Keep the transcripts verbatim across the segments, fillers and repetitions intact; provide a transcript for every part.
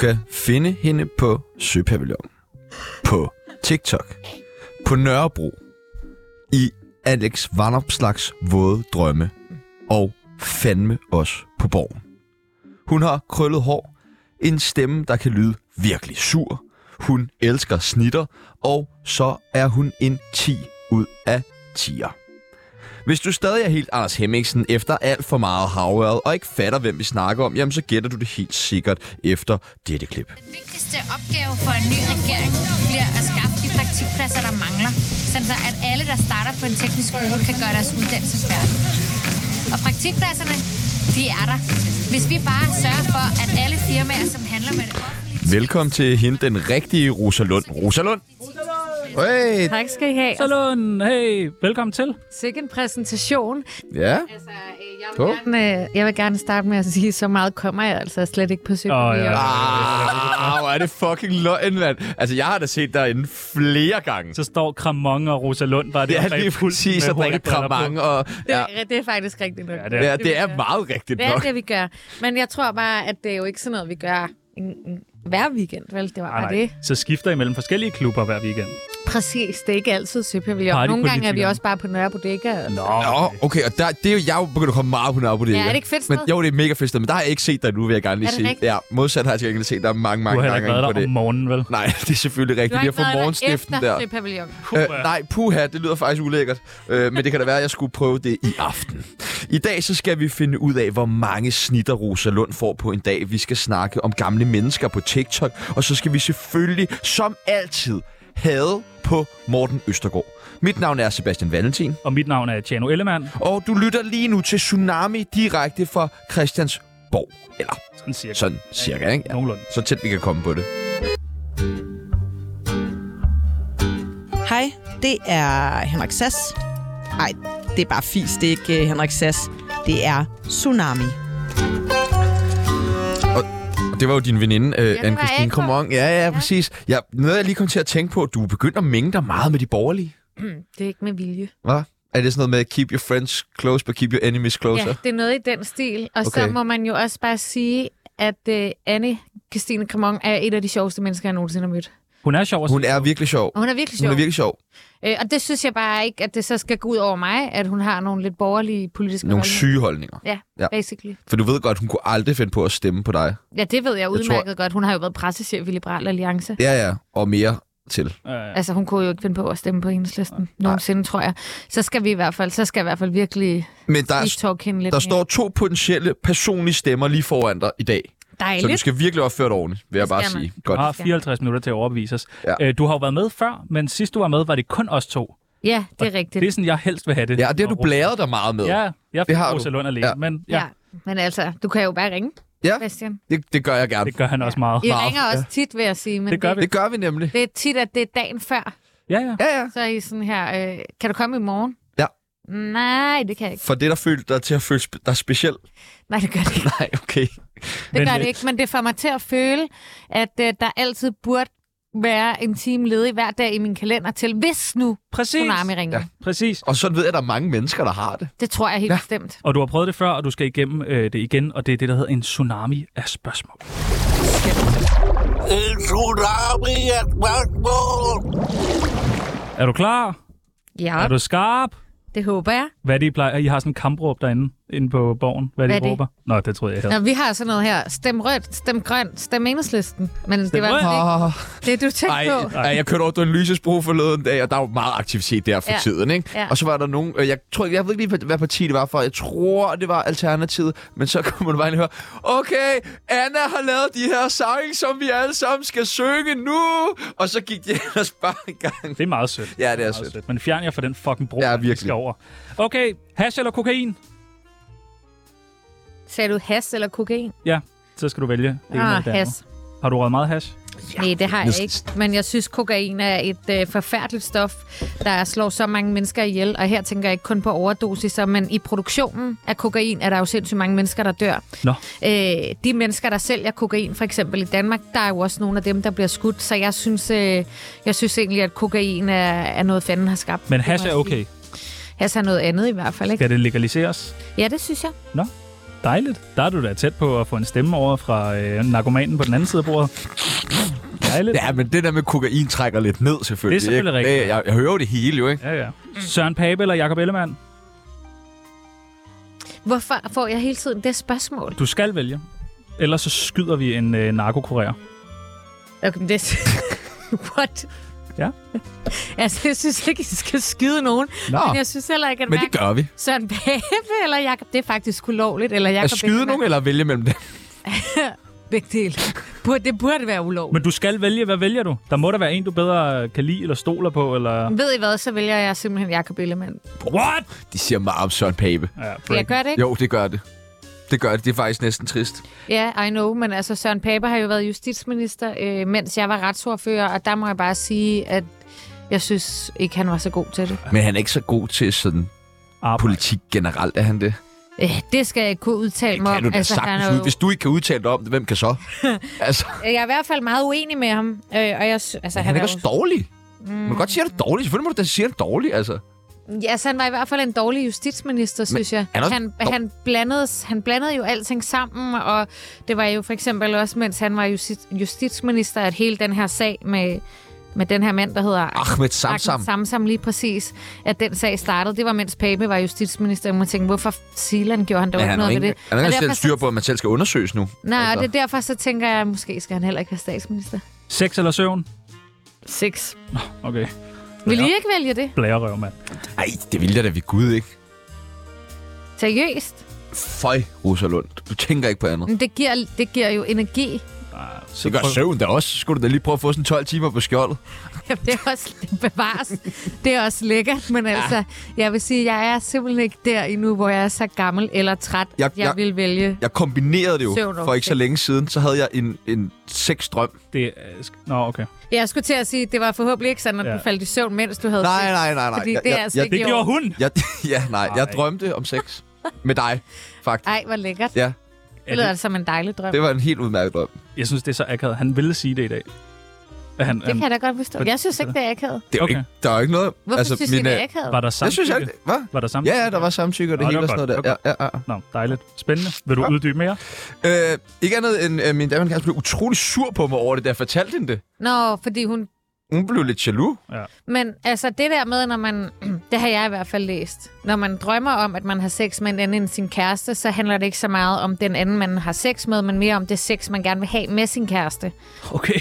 kan finde hende på Søpavillon, på TikTok, på Nørrebro, i Alex Vanopslags våde drømme og fandme også på Borgen. Hun har krøllet hår, en stemme, der kan lyde virkelig sur. Hun elsker snitter, og så er hun en ti ud af tier. Hvis du stadig er helt Anders Hemmingsen efter alt for meget havørred og ikke fatter, hvem vi snakker om, jamen så gætter du det helt sikkert efter dette klip. Den vigtigste opgave for en ny regering bliver at skaffe de praktikpladser, der mangler, så at alle, der starter på en teknisk skole, kan gøre deres uddannelse færdig. Og praktikpladserne, de er der. Hvis vi bare sørger for, at alle firmaer, som handler med det offentlige... Velkommen til hende, den rigtige Rosalund. Rosalund! Hey. Tak skal I have. Salon, hey, velkommen til. Sikke en præsentation. Ja. Altså, jeg vil, gerne, jeg vil gerne starte med at sige, så meget kommer jeg altså slet ikke på Søpavillon. Oh, ja. Ah, hvor er det fucking løgn, mand. Altså, jeg har da set derinde flere gange. Så står Kramon og Rosalund bare det der. Det er lige præcis, at drikke Kramon. Og, ja. det, er, det er faktisk rigtigt nok. Ja, det er, ja, det er meget rigtigt nok. nok. Det er det, vi gør. Men jeg tror bare, at det er jo ikke sådan noget, vi gør en, en, hver weekend, vel? Det var bare det. Så skifter I mellem forskellige klubber hver weekend? Præcis, det er ikke altid Søpavillon. Nogle gange er vi også bare på Nørre Bodega. Altså. Nå, okay, okay og der, det er jo, jeg er jo begyndt at komme meget på Nørre Bodega. Ja, er det ikke fedt sted? Men, jo, det er mega fedt sted, men der har jeg ikke set dig nu, vil jeg gerne lige sige. Rigtigt? Ja, modsat har jeg ikke set der mange, mange gange på det. Du har heller ikke været der om morgenen, vel? Nej, det er selvfølgelig rigtigt. Vi har fået morgenstiften der. Søpavillon. Øh, nej, puha, det lyder faktisk ulækkert. Øh, men det kan da være, at jeg skulle prøve det i aften. I dag så skal vi finde ud af, hvor mange snitter Rosalund får på en dag. Vi skal snakke om gamle mennesker på TikTok, og så skal vi selvfølgelig, som altid, hade på Morten Østergaard. Mit navn er Sebastian Valentin. Og mit navn er Tjano Ellemann. Og du lytter lige nu til Tsunami direkte fra Christiansborg. Eller sådan cirka. Sådan cirka, ikke? Ja. Nogenlunde. Så tæt vi kan komme på det. Hej, det er Henrik Sass. Nej, det er bare fis, det er ikke uh, Henrik Sass. Det er Tsunami. Det var jo din veninde, øh, ja, Anne-Christine Kramon. Ja, ja, præcis. Ja, noget, jeg lige kom til at tænke på, du begynder at mænge dig meget med de borgerlige. Det er ikke med vilje. Hvad? Er det sådan noget med keep your friends close, but keep your enemies closer? Ja, det er noget i den stil. Og okay. Så må man jo også bare sige, at uh, Anne-Christine Kramon er et af de sjoveste mennesker, jeg nogensinde har mødt. Hun er sjov. Hun er virkelig sjov. Og hun er virkelig sjov. Hun er virkelig sjov. Øh, og det synes jeg bare ikke, at det så skal gå ud over mig, at hun har nogle lidt borgerlige politiske Nogle holdninger. syge holdninger. Ja, ja, basically. For du ved godt, hun kunne aldrig finde på at stemme på dig. Ja, det ved jeg udmærket jeg tror... godt. Hun har jo været pressechef i Liberal Alliance. Ja, ja. Og mere til. Ja, ja. Altså, hun kunne jo ikke finde på at stemme på Enhedslisten. Nogensinde, tror jeg. Så skal vi i hvert fald, så skal jeg i hvert fald virkelig Men der, talk hende lidt der mere. står to potentielle personlige stemmer lige foran dig i dag. Dejligt. Så du skal virkelig opføre dig ordentligt, vil jeg bare sige. Godt. Du har fireoghalvtreds minutter til at overbevise os. Ja. Du har jo været med før, men sidst du var med, var det kun os to. Ja, det er og rigtigt. Det er sådan, jeg helst vil have det. Ja, og det har du blæret dig meget med. Ja, jeg fik Rosalund alene, ja. men ja. ja. Men altså, du kan jo bare ringe, ja. Bastian. Det, det gør jeg gerne. Det gør han også meget. I meget. ringer også ja. tit, vil jeg sige. Men det gør det, vi. Det gør vi nemlig. Det er tit, at det er dagen før. Ja, ja. ja, ja. Så er I sådan her, øh, kan du komme i morgen? Ja. Nej, det kan jeg ikke. For det, der følte dig til at føle dig speciel? Nej, det gør det ikke. Nej, okay. Det men, gør det ikke, men det får mig til at føle, at øh, der altid burde være en time ledig hver dag i min kalender til, hvis nu Tsunami ringer. Ja, præcis. Og så ved jeg, at der er mange mennesker, der har det. Det tror jeg helt ja. bestemt. Og du har prøvet det før, og du skal igennem øh, det igen, og det er det, der hedder en tsunami af spørgsmål. En tsunami af spørgsmål! Er du klar? Ja. Er du skarp? Det håber jeg. Hvad er det, I plejer? I har sådan en kampråb derinde, inde på borgen. Hvad er det, Hvad I er det? råber? Nå, det troede jeg ikke. Nå, vi har sådan noget her. Stem rødt, stem grønt, stem Enhedslisten. Men stem det var oh. ikke det, du tænkte Ej, på. Ej, jeg kørte over til en lysesbro forleden dag, og der var meget aktivitet der for ja. tiden, ikke? Ja. Og så var der nogen, jeg tror jeg ved ikke lige, hvad parti det var for. Jeg tror, det var Alternativet, men så kunne man bare lige høre, okay, Anna har lavet de her sange, som vi alle sammen skal synge nu. Og så gik de ellers bare i gang. Det er meget sødt. Ja, det er sødt. sødt. Men fjern jer fra den fucking bro, ja, der virkelig. skal over. Okay, hash eller kokain? Sagde du hash eller kokain? Ja, så skal du vælge. Ah, hash. Har du røget meget hash? Ja. Nej, det har jeg ikke. Men jeg synes, kokain er et øh, forfærdeligt stof, der slår så mange mennesker ihjel. Og her tænker jeg ikke kun på overdosiser, men i produktionen af kokain er der jo sindssygt mange mennesker, der dør. Nå. Øh, de mennesker, der sælger kokain, for eksempel i Danmark, der er jo også nogle af dem, der bliver skudt. Så jeg synes, øh, jeg synes egentlig, at kokain er, er noget, fanden har skabt. Men hash er okay? Hash er noget andet i hvert fald, ikke? Skal det legaliseres? Ja, det synes jeg. Nå. Dejligt. Der er du da tæt på at få en stemme over fra øh, narkomanen på den anden side af bordet. Dejligt. Ja, men det der med kokain trækker lidt ned, selvfølgelig. Det er selvfølgelig ikke? rigtigt. Det, jeg, jeg hører jo det hele, jo, ikke? Ja, ja. Søren Pape eller Jakob Ellemann? Hvorfor får jeg hele tiden det spørgsmål? Du skal vælge. Ellers så skyder vi en øh, narkokurer. Okay, men det... What? Ja. Altså, jeg synes ikke, I skal skyde nogen. Nå, Men jeg synes heller ikke, at men det gør vi. Søren Pape eller Jakob, det er faktisk ulovligt. Eller Jakob At skyde Ellemann. nogen eller at vælge mellem dem? Begge dele. Burde- Det burde være ulovligt. Men du skal vælge. Hvad vælger du? Der må der være en, du bedre kan lide eller stoler på, eller... Ved I hvad, så vælger jeg simpelthen Jakob Ellemann. What? De siger meget om Søren Pape. Ja, Jeg gør det ikke? Jo, det gør det. Det gør det. Det er faktisk næsten trist. Ja, yeah, I know, men altså Søren Pape har jo været justitsminister, øh, mens jeg var retsordfører, og der må jeg bare sige, at jeg synes ikke, han var så god til det. Men han er ikke så god til sådan Arbejde. politik generelt, er han det? Øh, det skal jeg ikke kunne udtale Det mig kan om. du da Altså, han sagtens er jo- ud. Hvis du ikke kan udtale dig om det, hvem kan så? altså, Jeg er i hvert fald meget uenig med ham. Øh, og jeg, sy- altså, han, han er er ikke også dårlig. Mm. Man kan godt sige, at det er dårligt. Selvfølgelig må du da sige, at det er dårligt, altså. Ja, altså, han var i hvert fald en dårlig justitsminister, synes jeg. han er også Han, dår- han, blandede, han blandede jo alting sammen, og det var jo for eksempel også, mens han var justi- justitsminister, at hele den her sag med, med den her mand, der hedder Ahmed Samsam. Ahmed Samsam lige præcis, at den sag startede. Det var, mens Pape var justitsminister. Jeg må tænke, hvorfor Silan gjorde han dog Men ikke han er noget ikke, med det? han er Og ikke selv derfor styr så- på, at man selv skal undersøges nu. Nej, Altså. og det er derfor, så tænker jeg, at måske skal han heller ikke være statsminister. Sex eller søvn? Seks. Okay. Vil I ikke vælge det? Blærerøv, mand. Ej, det ville jeg da ved Gud, ikke? Seriøst? Føj, Rosalund. Du tænker ikke på andet. Men det giver, det giver jo energi. Ah, så Det gør prøv- søvn da også. Skulle du da lige prøve at få sådan tolv timer på skjoldet? Jamen, det er også bevares. Det er også lækkert, men ja. altså, jeg vil sige, jeg er simpelthen ikke der endnu, hvor jeg er så gammel eller træt, Jeg- jeg, jeg, jeg- vil vælge. Jeg kombinerede det jo Søvn og for ikke så sex. længe siden. Så havde jeg en, en sexdrøm. Det er... Nå, okay. Jeg skulle til at sige, det var forhåbentlig ikke sådan, at Ja. du faldt i søvn, mens du havde Nej, sex. nej, nej, nej. Fordi Jeg- det er jeg- altså jeg- ikke Det i gjorde orden. hun! Jeg, ja, nej. Jeg Ej. drømte om sex. Med dig, faktisk. Ej, hvor lækkert. Ja, Det Er lyder det, altså som en dejlig drøm. det var en helt udmærket drøm. jeg synes, det er så akavet. Han ville sige det i dag. At Han, Det kan jeg da godt forstå. Jeg synes ikke, det er akavet. Det er jo Okay. ikke, der er jo ikke noget... Hvorfor altså, synes I, mine- det er akavet? Var der Jeg samtykke? synes ikke... Hvad? Var der samtykke? Ja, ja, der var samtykke og det Nå, hele det og var sådan noget godt, der. Ja, ja, ja. Nå, dejligt. Spændende. Vil du Ja. uddybe mere? Øh, ikke andet end øh, min damen kæreste blev utrolig sur på mig over det, da jeg fortalte hende det. Nå, fordi hun... Hun blev lidt jaloux. Men altså, det der med, når man... Det har jeg i hvert fald læst. Når man drømmer om, at man har sex med en anden end sin kæreste, så handler det ikke så meget om den anden, man har sex med, men mere om det sex, man gerne vil have med sin kæreste. Okay.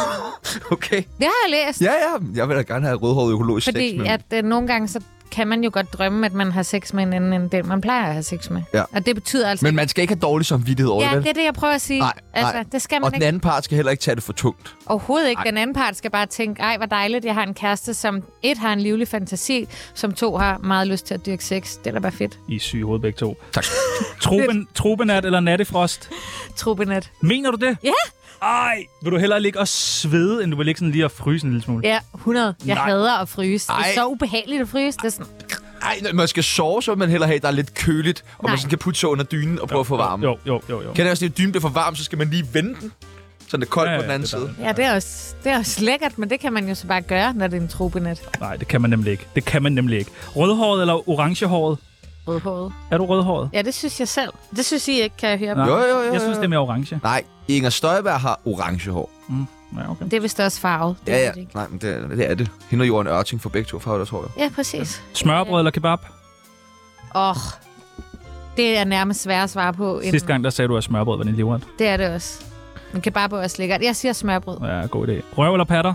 Okay. Det har jeg læst. Ja, ja. Jeg vil da gerne have rødhåret økologisk sex Fordi med at øh, nogle gange, så kan man jo godt drømme, at man har sex med en anden end den, man plejer at have sex med. Ja. Og det betyder altså... Men man skal ikke have dårlig samvittighed over ja, det, vel? det er det, jeg prøver at sige. Nej, altså, nej. det skal man Og den ikke. anden part skal heller ikke tage det for tungt. Overhovedet ikke. Nej. Den anden part skal bare tænke, ej, hvor dejligt, jeg har en kæreste, som et har en livlig fantasi, som to har meget lyst til at dyrke sex. Det er da bare fedt. I er syge i hovedet begge to. Tak. Troben, trobenat eller nattefrost? Trubenet. Mener du det? Ja. Ej, vil du hellere ligge og svede, end du vil ligge sådan lige og fryse en lille smule? Ja, hundrede. Jeg Nej. hader at fryse. Det Ej. er så ubehageligt at fryse. Det er sådan, Ej, når man skal sove, så vil man hellere have, der er lidt køligt, og Nej. man sådan kan putte sig under dynen og prøve at få varme. Jo, jo, jo, jo. Kan det også, at dynen bliver for varm, så skal man lige vende den, så den er kold Ja, på ja, den anden det er side. ja, det er, også, det er også lækkert, men det kan man jo så bare gøre, når det er en trubenet. Nej, det kan man nemlig ikke. Det kan man nemlig ikke. Rødhåret eller orangehåret? Rødhåret. Er du rødhåret? Ja, det synes jeg selv. Det synes I ikke, kan jeg høre. Nej. Jo, jo, jo, jo. Jeg synes, det er mere orange. Nej, Inger Støjberg har orange hår. Mm. Ja, okay. Det er vist også farvet. Det Ja, ved ja. jeg ikke. Nej, men det, er- det er det. Hende og Jorden Ørting for begge to farver deres hår. jo. Ja, præcis. Smørbrød eller kebab? Åh, oh, det er nærmest svært at svare på. End... Sidste gang, der sagde du, at smørbrød var din livret. Det er det også. Men kebab er også lækkert. Jeg siger smørbrød. Ja, god idé. Røv eller patter?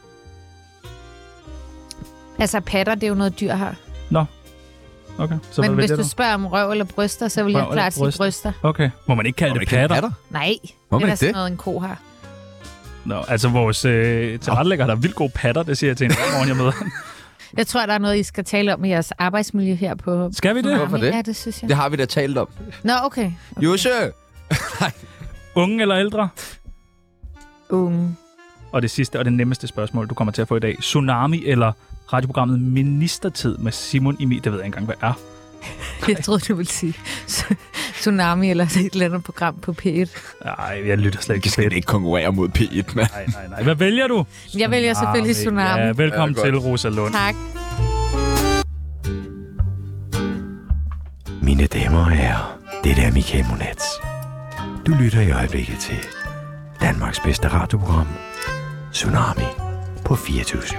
Altså, patter, det er jo noget, dyr har. Nå. Okay, så Men hvad hvis vælger du du? spørger om røv eller bryster, så vil Røv jeg eller klart sige bryster? bryster. Okay. Må man ikke kalde Må man det ikke kalde patter? Nej, Må det er man da ikke sådan det? noget, en ko har. Nå, altså vores øh, tilrettelægger, der er vildt gode patter, det siger jeg til en morgen, jeg møder. Jeg tror, der er noget, I skal tale om i jeres arbejdsmiljø her på... Skal vi det? Hvorfor det? Ja, det synes jeg. Det har vi da talt om. Nå, okay. okay. Jusse! Unge eller ældre? Unge. Og det sidste og det nemmeste spørgsmål, du kommer til at få i dag. Tsunami eller radioprogrammet Ministertid med Simon Emil? Det ved jeg ikke engang, hvad er. Jeg troede, du ville sige Tsunami eller et eller andet program på P et. Nej, jeg lytter slet Vi ikke skal til det. ikke konkurrere mod P et, mand. Nej, nej, nej. Hvad vælger du? Jeg vælger selvfølgelig Tsunami. Ja, velkommen Ja, til, godt. Rosa Lund. Tak. Mine damer og herrer, Det er Michael Monats. Du lytter i øjeblikket til Danmarks bedste radioprogram, Tsunami på fireogtyve syv.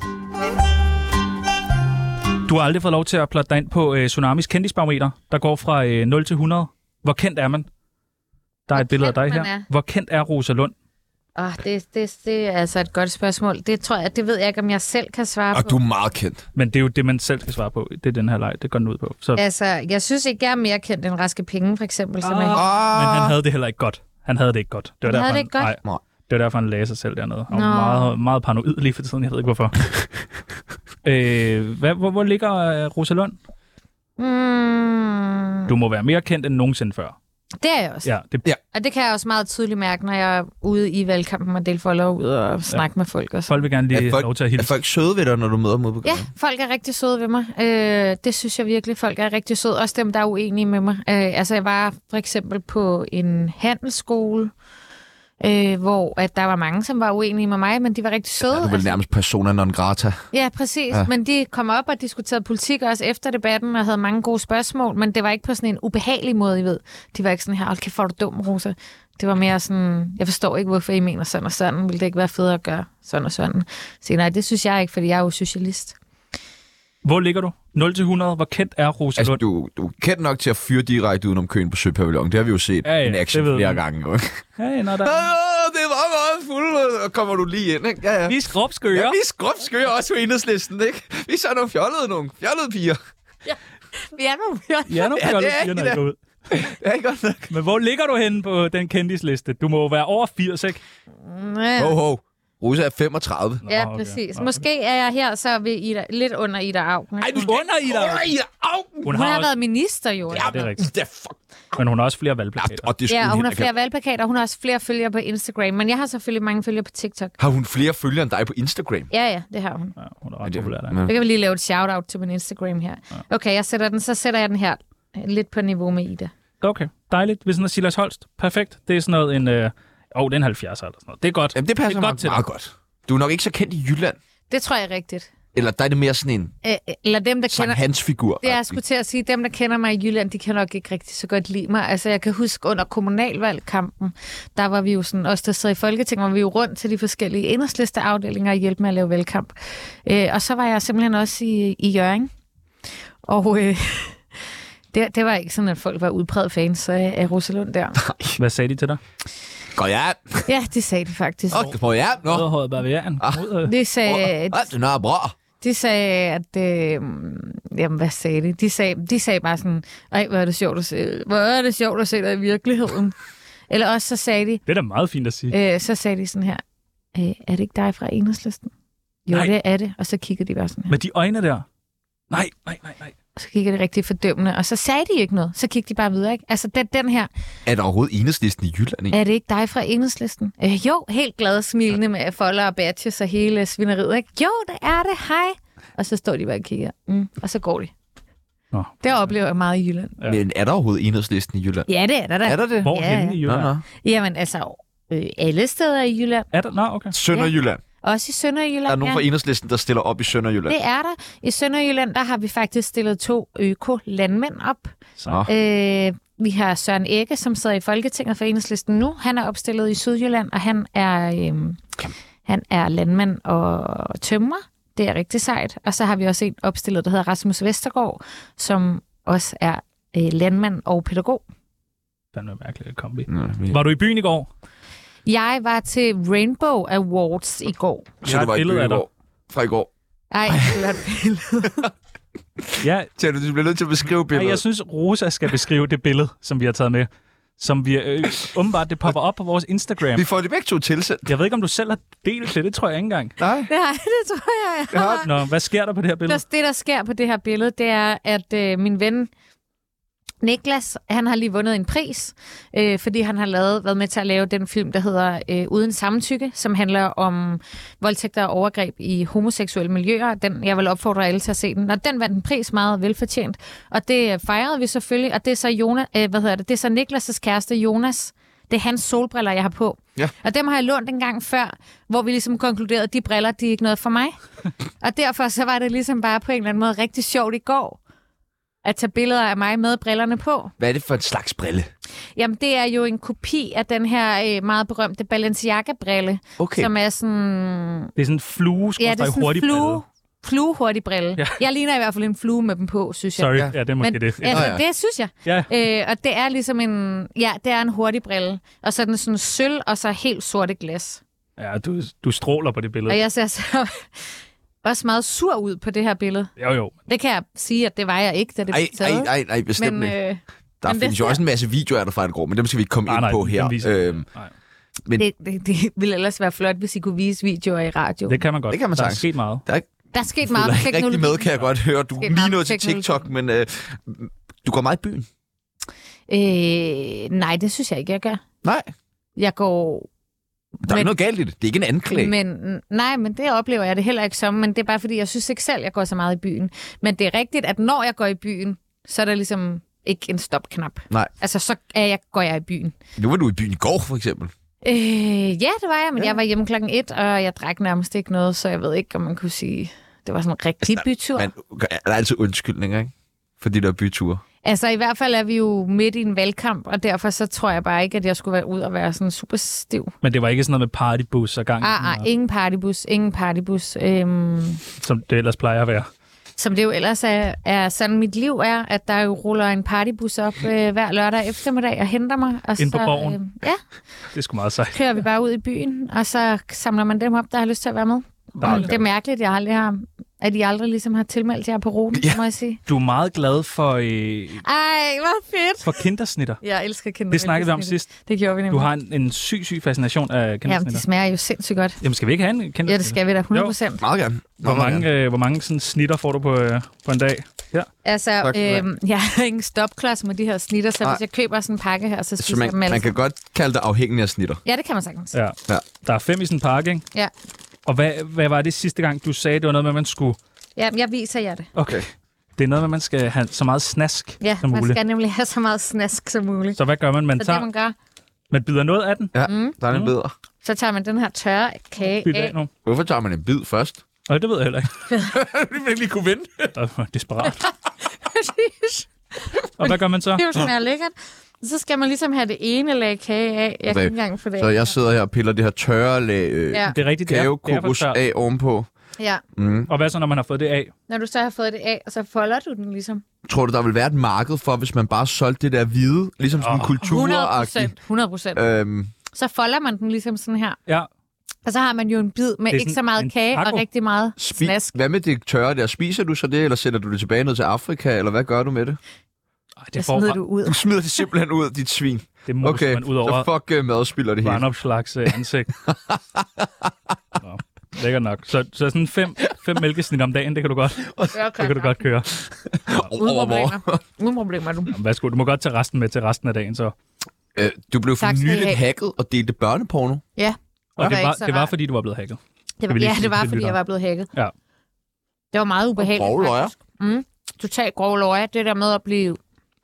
Du har aldrig fået lov til at plotte dig ind på uh, Tsunamis kendisbarometer, der går fra uh, nul til hundrede. Hvor kendt er man? Der er Hvor et billede af dig kendt her. man er? Hvor kendt er Rosa Lund? Oh, det, det, det er altså et godt spørgsmål. Det tror jeg, det ved jeg ikke, om jeg selv kan svare Og på. du er meget kendt. Men det er jo det, man selv skal svare på. Det er den her leg, det går den ud på. Så, Altså, jeg synes ikke, jeg er mere kendt end Raske Penge, for eksempel. Som Ah. jeg... men han havde det heller ikke godt. Han havde det ikke godt. Det var Han derfor, havde det han, ikke godt? Nej, Nej. det var derfor, han lagde sig selv dernede. Han Nå. var meget, meget paranoid lige for tiden. Jeg ved ikke, hvorfor. øh, hvad, hvor, hvor ligger uh, Rosa Lund? Mm, Du må være mere kendt end nogensinde før. det er jeg også. Ja, det, Ja. Og det kan jeg også meget tydeligt mærke, når jeg er ude i valgkampen og dele follow ud og snakke ja. med folk. Og folk vil gerne lige Er folk, lov til at er hilse. folk søde ved dig, når du møder dem ude på Ja, gaden? folk er rigtig søde ved mig. Øh, det synes jeg virkelig, folk er rigtig søde. Også dem, der er uenige med mig. Øh, altså, jeg var for eksempel på en handelsskole, øh, hvor at der var mange, som var uenige med mig, men de var rigtig søde. Ja, du er vel altså, nærmest persona non grata. ja, præcis. Ja. Ja. Men de kom op og diskuterede politik også efter debatten og havde mange gode spørgsmål, men det var ikke på sådan en ubehagelig måde, I ved. De var ikke sådan her, hold kæft, hvor er du dum, Rosa. Det var mere sådan, jeg forstår ikke, hvorfor I mener sådan og sådan. Ville det ikke være federe at gøre sådan og sådan? Så nej, det synes jeg ikke, fordi jeg er jo socialist. Hvor ligger du? nul til hundrede. Hvor kendt er Rosa Altså, Lund? du, du er kendt nok til at fyre direkte udenom køen på Søpavillon. Det har vi jo set Ja, ja, en action det ved flere vi. gange. Jo. Hey, når der... Ja, det var meget fuld, og kommer du lige ind, ikke? Ja, ja. Vi er skrubskører. Ja, vi er skrubskører også på Enhedslisten, ikke? Vi er så nogle fjollede, nogle fjollede piger. Vi er nogle Ja, nu Ja, ja, det det er piger, når det. jeg går ud. Det er ikke godt nok. Men hvor ligger du henne på den kendisliste? Du må jo være over firs, ikke? Ja. Ho, ho. Rosa er femogtredive. Ja, Nå, okay. præcis. Nå. Måske er jeg her så ved Ida, lidt under Ida Auken. Ej, du Under Ida. Ej, au! Hun Hun har, har også, været minister, jo. Ja, det er rigtigt. Ja, fuck. men hun har også flere Ja, valgplakater. og det er sgu Ja, og hun helt har flere akavet. valgplakater, og hun har også flere følgere på Instagram. Men jeg har selvfølgelig mange følgere på TikTok. Har hun flere følgere end dig på Instagram? Ja, ja, det har hun. Ja, hun er ret Ja, det- populær der. men- Så kan vi lige lave et shout-out til min Instagram her. Okay, jeg sætter den, så sætter jeg den her lidt på niveau med Ida. Okay, dejligt. Hvis sådan er Silas Holst, perfekt. Det er sådan noget en... Øh... Oh, det er en halvfjerds eller sådan noget. Det er godt. Jamen, det passer det er mig godt til meget dig. godt. Du er nok ikke så kendt i Jylland. Det tror jeg er rigtigt. Eller der er det mere sådan en Øh, eller dem, der Sankt kender... Hans-figur. Det jeg skulle til at sige, dem, der kender mig i Jylland, de kan nok ikke rigtig så godt lide mig. Altså, jeg kan huske under kommunalvalgkampen, der var vi jo sådan, os der sidder i Folketinget, var vi jo rundt til de forskellige enhedslisteafdelinger og hjælpe med at lave valgkamp. Øh, og så var jeg simpelthen også i, i Hjørring. Og øh, det, det var ikke sådan, at folk var udpræget fans af, af Rosa Lund der. Hvad sagde de til dig? Går jeg? Ja, det sagde de faktisk. Åh, går jeg? Nå. Rødhåret barbarian. Ah. Kom ud, øh. De sagde, Ah, det er noget bra. de sagde, at... Øh, jamen, hvad sagde de? De sagde, de sagde bare sådan, ej, hvor er det sjovt at se, hvor er det sjovt at se dig i virkeligheden. Eller også så sagde de, Det er da meget fint at sige. øh, så sagde de sådan her, øh, er det ikke dig fra Enhedslisten? Jo, Nej. det er det. Og så kiggede de bare sådan her. Med de øjne der. Nej, nej, nej, nej. Og så kiggede de rigtig fordømmende, og så sagde de ikke noget. Så kiggede de bare videre, ikke? Altså, den, den her, Er der overhovedet Enhedslisten i Jylland, ikke? er det ikke dig fra Enhedslisten? Øh, jo, helt glad smilende med folder og badges og hele svineriet, ikke? Jo, det er det, hej. Og så står de bare og kigger, mm, og så går de. Nå. Det oplever jeg meget i Jylland. Ja. Men er der overhovedet Enhedslisten i Jylland? Ja, det er der da. Er der det? Hvor Ja, henne i ja. Nå, Jylland? nå. Jamen, altså, øh, alle steder i Jylland. Er der? Nå, okay. Sønderjylland. Også i Sønderjylland, Der er nogen ja. fra Enhedslisten, der stiller op i Sønderjylland. Det er der. I Sønderjylland, der har vi faktisk stillet to øko-landmænd op. Så. Nå. Øh, vi har Søren Egge, som sidder i Folketinget for Enhedslisten nu. Han er opstillet i Sydjylland, og han er, øh, han er landmand og tømrer. Det er rigtig sejt. Og så har vi også en opstillet, der hedder Rasmus Vestergaard, som også er øh, landmand og pædagog. Fandme mærkeligt kombi. Nå, vi- Var du i byen i går? Jeg var til Rainbow Awards i går. Så Jeg har du var et i billede byen af i dig. går. Fra i går. Ej, det var et billede. Ja, Tjano, du bliver nødt til at beskrive nej, billedet. jeg synes, Rosa skal beskrive det billede, som vi har taget med. Som vi øh, åbenbart, det popper op på vores Instagram. Vi får det begge to tilsendt. Jeg ved ikke, om du selv har delt det. Det tror jeg ikke engang. Nej. Nej, det tror jeg, jeg har. Nå, hvad sker der på det her billede? Der, det, der sker på det her billede, det er, at øh, min ven Niklas, han har lige vundet en pris, øh, fordi han har lavet, været med til at lave den film, der hedder øh, Uden Samtykke, som handler om voldtægter og overgreb i homoseksuelle miljøer. Den, jeg vil opfordre alle til at se den. Og den vandt en pris meget velfortjent. Og det fejrede vi selvfølgelig, og det er så, Jonas, øh, hvad hedder det? Det er så Niklas' kæreste Jonas. Det er hans solbriller, jeg har på. Ja. Og dem har jeg lånt en gang før, hvor vi ligesom konkluderede, at de briller, de er ikke noget for mig. Og derfor så var det ligesom bare på en eller anden måde rigtig sjovt i går. at tage billeder af mig med brillerne på. Hvad er det for en slags brille? Jamen, det er jo en kopi af den her øh, meget berømte Balenciaga-brille, Okay. som er sådan... Det er sådan en flue, Ja, det er sådan hurtig en flue, brille. fluehurtig brille. Ja. Jeg ligner i hvert fald en flue med dem på, synes jeg. Sorry, Ja. ja, det er måske Men, det. Ja. altså, Nå, ja. det synes jeg. Ja. Øh, og det er ligesom en... Ja, det er en hurtig brille. Og så er den sådan sølv, og så helt sorte glas. ja, du, du stråler på det billede. Og jeg ser så også meget sur ud på det her billede. Jo, jo. Det kan jeg sige, at det var jeg ikke, da det Ej, blev taget. ej, ej, ej, bestemt men, ikke. øh, Der men findes det jo ser- også en masse videoer af dig fra et grå, men dem skal vi ikke komme Nej, ind nej, på dem her. viser- Øhm, Nej. men det, det, det ville ellers være flot, hvis I kunne vise videoer i radio. Det kan man godt. Det kan man Der er sagtens. sket meget. der er ikke Der er sket du meget følger med ikke rigtig teknologi. med, kan jeg godt høre. Du er Sket lige meget nået med til teknologi. TikTok, men øh, du går meget i byen. Øh, nej, det synes jeg ikke, jeg gør. Nej, Jeg går... der er Men- ikke noget galt i det. Det er ikke en anklage. Men, nej, men det oplever jeg det heller ikke som. Men det er bare fordi, jeg synes ikke selv, jeg går så meget i byen. Men det er rigtigt, at når jeg går i byen, så er der ligesom ikke en stopknap. Nej. Altså, så er jeg, går jeg i byen. Nu var du i byen i går, for eksempel. Øh, ja, det var jeg, men Ja. ja. jeg var hjemme klokken et, og jeg drak nærmest ikke noget, så jeg ved ikke, om man kunne sige, det var sådan en rigtig bytur. Men der er altid undskyldninger, ikke? For de der byture. Altså, i hvert fald er vi jo midt i en valgkamp, og derfor så tror jeg bare ikke, at jeg skulle være ud og være sådan super stiv. Men det var ikke sådan noget med partybus og gang, Ah, ah, ingen partybus, ingen partybus. Øhm, som det ellers plejer at være. som det jo ellers er, er sådan mit liv er, at der jo ruller en partybus op øh, hver lørdag eftermiddag og henter mig. Og Inde på så, Borgen? Øh, ja, Det er sgu meget sejt. kører vi bare ud i byen, og så samler man dem op, der har lyst til at være med. Dejligt. Det er mærkeligt, jeg aldrig har, at I aldrig ligesom har tilmeldt jer på ruten, Ja. må jeg sige. Du er meget glad for, øh, Ej, hvor fedt! for kindersnitter. Jeg elsker kinder. Det snakkede vi om sidst. Det gjorde vi nemlig. Du har en, en syg, syg fascination af Ja, men kindersnitter. det smager jo sindssygt godt. Jamen, skal vi ikke have en kindersnitter? Ja, det skal vi da, hundrede procent. Meget gerne. Hvor Meget mange, gerne. øh, hvor mange sådan, snitter får du på, øh, på en dag? Ja. Altså, Tak skal du have. øhm, jeg har ingen stopklods med de her snitter, så Nej. hvis jeg køber sådan en pakke her, så Så spiser man, jeg dem alle man kan sammen. godt kalde det afhængig af snitter. Ja, det kan man sagtens. ja. Ja. Der er fem i sådan en pakke, ikke? Ja. Og hvad, hvad var det sidste gang, du sagde, det var noget med, at man skulle... Ja, men jeg viser jer det. Okay. Det er noget med, at man skal have så meget snask Ja, som man muligt. skal nemlig have så meget snask som muligt. Så hvad gør man? Man, Så tager, det, man gør, man bider noget af den. Ja, Mm. der er en Mm. bedre. så tager man den her tørre kage Bid af af. nu. Hvorfor tager man en bid først? Og det ved jeg heller ikke. Det vil ikke kunne vente. Jeg er desperat. Præcis. Og hvad gør man så? Det er jo smager lækkert. Så skal man ligesom have det ene lag kage af. Jeg kan Okay. ikke engang få det Så af. jeg sidder her og piller det her tørre lag øh, Ja. Det er rigtigt, det er, det er for kagekokos tørt. af ovenpå. Ja. Mm. Og hvad så, når man har fået det af? Når du så har fået det af, så folder du den ligesom. Tror du, der vil være et marked for, hvis man bare solgte det der hvide, ligesom sådan en Åh. hundrede kulturagtigt? procent. hundrede procent. Øhm, Så folder man den ligesom sådan her. Ja, Og så har man jo en bid med Det er ikke sådan så meget en kage taco. og rigtig meget spi- snask. Hvad med det tørre der? Spiser du så det, eller sætter du det tilbage ned til Afrika, eller hvad gør du med det? Ej, Det det, smider får, du ud. Du smider det simpelthen ud, dit svin. det moser Okay, man ud over så fuck uh, madspiller det hele. Vandopslags øh, ansigt. Nå, lækkert nok. Så, så sådan fem, fem mælkesnit om dagen, det kan du godt, det kan du godt køre. Uden problemer. Uden problemer, du. Jamen, værsgo, du må godt tage resten med til resten af dagen, så. Øh, du blev for Tak skal I nyligt have. hacket og delte børneporno. Ja. Og Det det var var, ikke så det var, rart. fordi du var blevet hacket. Det var, vil lige ja, sige det var, til fordi jeg lytteren. var blevet hacket. Ja. Det var meget ubehageligt. Grove løjer. Mm. Totalt grove løjer. Det der med at blive...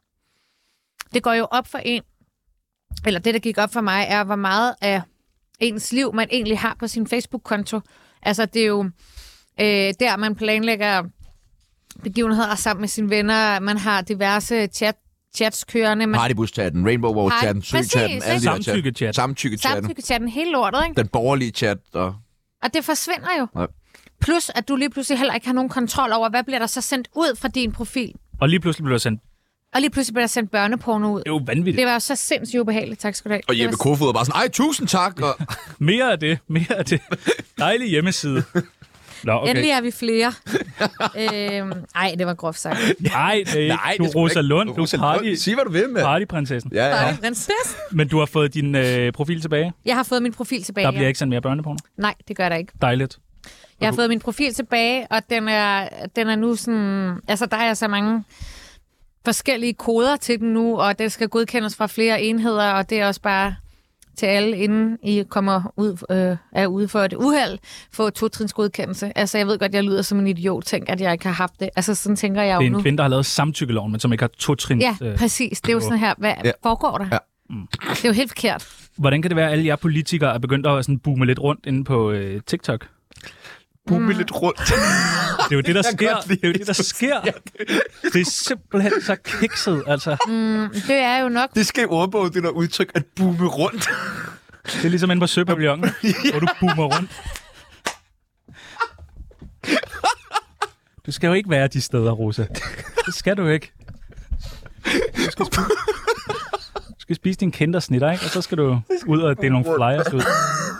Det går jo op for en, eller det, der gik op for mig, er, hvor meget af ens liv, man egentlig har på sin Facebook-konto. Altså, det er jo øh, der, man planlægger begivenheder sammen med sine venner. Man har diverse chat, chats kørende. Man Partybus-chatten, Rainbow War-chatten, Par- Sø-chatten, præcis, alle de her chat. Samtykke-chat. Samtykke-chatten. samtykke-chatten, hele lortet, ikke? Den borgerlige chat. Og... Og det forsvinder jo. Nej. Plus, at du lige pludselig heller ikke har nogen kontrol over, hvad bliver der så sendt ud fra din profil. Og lige pludselig blev der sendt. Og lige pludselig bliver der sendt børneporno ud. Det er jo vanvittigt. Det var jo så sindssygt ubehageligt. Tak skal du have. Og Det Jeppe var- Kofod er bare sådan, ej, tusind tak. Og... Mere af det, mere af det. Dejlig hjemmeside. Nå, okay. Endelig er vi flere. øhm, ej, det var groft sagt. Nej, det er ikke. Nej, du det er skulle Rosa ikke- Lund, du Rosa er party, Lund. Sig, hvad du vil med. partyprinsessen. Ja, ja. Bare prinsesse. Men du har fået din øh, profil tilbage. Jeg har fået min profil tilbage. Der bliver ja. ikke sendt mere børneporno. Nej, det gør der ikke. Dejligt. Jeg har fået min profil tilbage, og den er, den er nu sådan... Altså, der er så mange forskellige koder til den nu, og det skal godkendes fra flere enheder, og det er også bare til alle, inden I kommer ud, øh, er ude for et uheld, få to-trins godkendelse. Altså, jeg ved godt, jeg lyder som en idiot, tænk, at jeg ikke har haft det. Altså, sådan tænker jeg jo Det er nu. en kvinde, der har lavet samtykkeloven, men som ikke har to trin. Ja, Øh, præcis. Det er jo sådan her, hvad Ja. foregår der? Ja. Det er jo helt forkert. hvordan kan det være, at alle jer politikere er begyndt at sådan boome lidt rundt inde på øh, TikTok? Bumme lidt rundt. er jo det, der Jeg kan sker. godt lide Det er jo det, der sker. Det er simpelthen så kikset, altså. Mm, det er jo nok... Det skal i ordbogen, det der udtryk, at boome rundt. Det er ligesom inde på Søpavillonen, hvor du boomer rundt. Du skal jo ikke være de steder, Rosa. Det skal du ikke. Du skal spise, du skal spise din kindersnitter, ikke? Og så skal du ud og dele nogle flyers ud.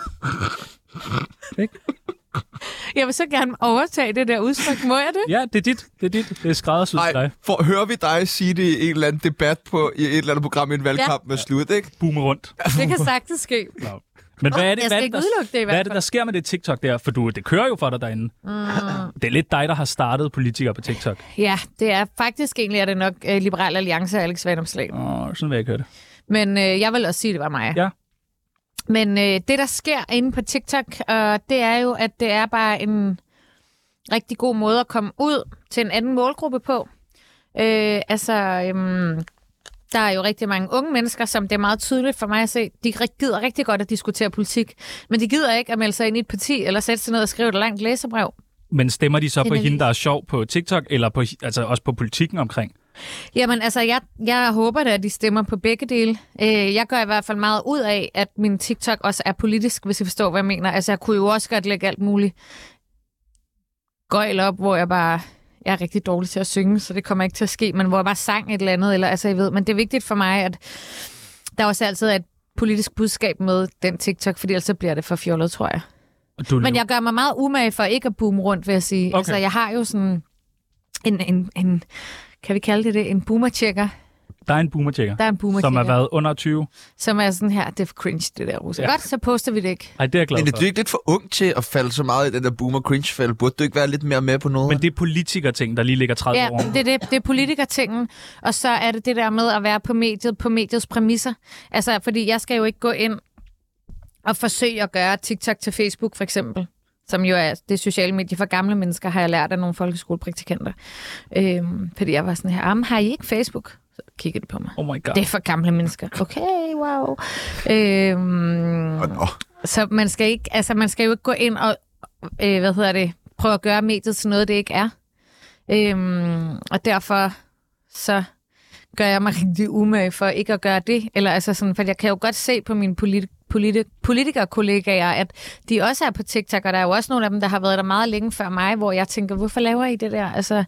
Ikke? Jeg vil så gerne overtage det der udtryk. Må jeg det? Ja, det er dit. Det er dit. Det er skræddersyet til Nej, dig. for hører vi dig sige det i en eller anden debat på i et eller andet program i en valgkamp ja. med slut, ikke? Boomer rundt. Det kan sagtens ske. No. Men hvad er det, Jeg skal hvad er det, ikke der, udelukke det i hvert hvad er det, der sker med det TikTok der? For du, det kører jo for dig derinde. Mm. Det er lidt dig, der har startet politikere på TikTok. Ja, det er faktisk egentlig er det nok uh, Liberal Alliance og Alex Vanopslagh. Åh, sådan vil jeg ikke høre det. Men uh, jeg vil også sige, det var mig. Ja. Men uh, det, der sker inde på TikTok, uh, det er jo, at det er bare en rigtig god måde at komme ud til en anden målgruppe på. Uh, altså... Um, Der er jo rigtig mange unge mennesker, som det er meget tydeligt for mig at se, de gider rigtig godt at diskutere politik, men de gider ikke at melde sig ind i et parti, eller sætte sig ned og skrive et langt læserbrev. Men stemmer de så på Hendes. hende, der er sjov på TikTok, eller på, altså også på politikken omkring? Jamen altså, jeg, jeg håber da, at de stemmer på begge dele. Øh, jeg gør i hvert fald meget ud af, at min TikTok også er politisk, hvis I forstår, hvad jeg mener. Altså, jeg kunne jo også godt lægge alt muligt gøjl op, hvor jeg bare... Jeg er rigtig dårlig til at synge, så det kommer ikke til at ske, men hvor jeg bare sang et eller andet, eller altså, jeg ved, men det er vigtigt for mig, at der også altid er et politisk budskab med den TikTok, fordi ellers så bliver det for fjollet, tror jeg. Du, Men jeg gør mig meget umage for ikke at boome rundt, vil jeg sige. Okay. Altså, jeg har jo sådan en, en, en kan vi kalde det det, en boomer-checker. Der er en boomer-tjekker, Der er en boomer-checker. som har været under tyve. Som er sådan her, det er for cringe, det der, Rosa. Ja. Ja. Godt, så poster vi det ikke. Ej, det er jeg glad Men er for. du ikke lidt for ung til at falde så meget i den der boomer-cringe-fælde? Burde du ikke være lidt mere med på noget? Men det er politikerting, der lige ligger tredive Ja, år. det er, det, det er politikertingen, og så er det det der med at være på mediet, på mediets præmisser. Altså, fordi jeg skal jo ikke gå ind og forsøge at gøre TikTok til Facebook, for eksempel, som jo er det sociale medie for gamle mennesker, har jeg lært af nogle folkeskolepraktikanter. Øhm, fordi jeg var sådan her, har I ikke Facebook? Så kiggede de på mig. Oh my god. Det er for gamle mennesker. Okay, wow. Øhm, Oh, no. så man skal ikke, altså man skal jo ikke gå ind og, øh, hvad hedder det, prøve at gøre mediet til noget, det ikke er. Øhm, og derfor så gør jeg mig rigtig umage for ikke at gøre det. Eller altså sådan, for jeg kan jo godt se på mine politi- politi- politikerkollegaer, at de også er på TikTok, og der er jo også nogle af dem, der har været der meget længe før mig, hvor jeg tænker, hvorfor laver I det der? Altså,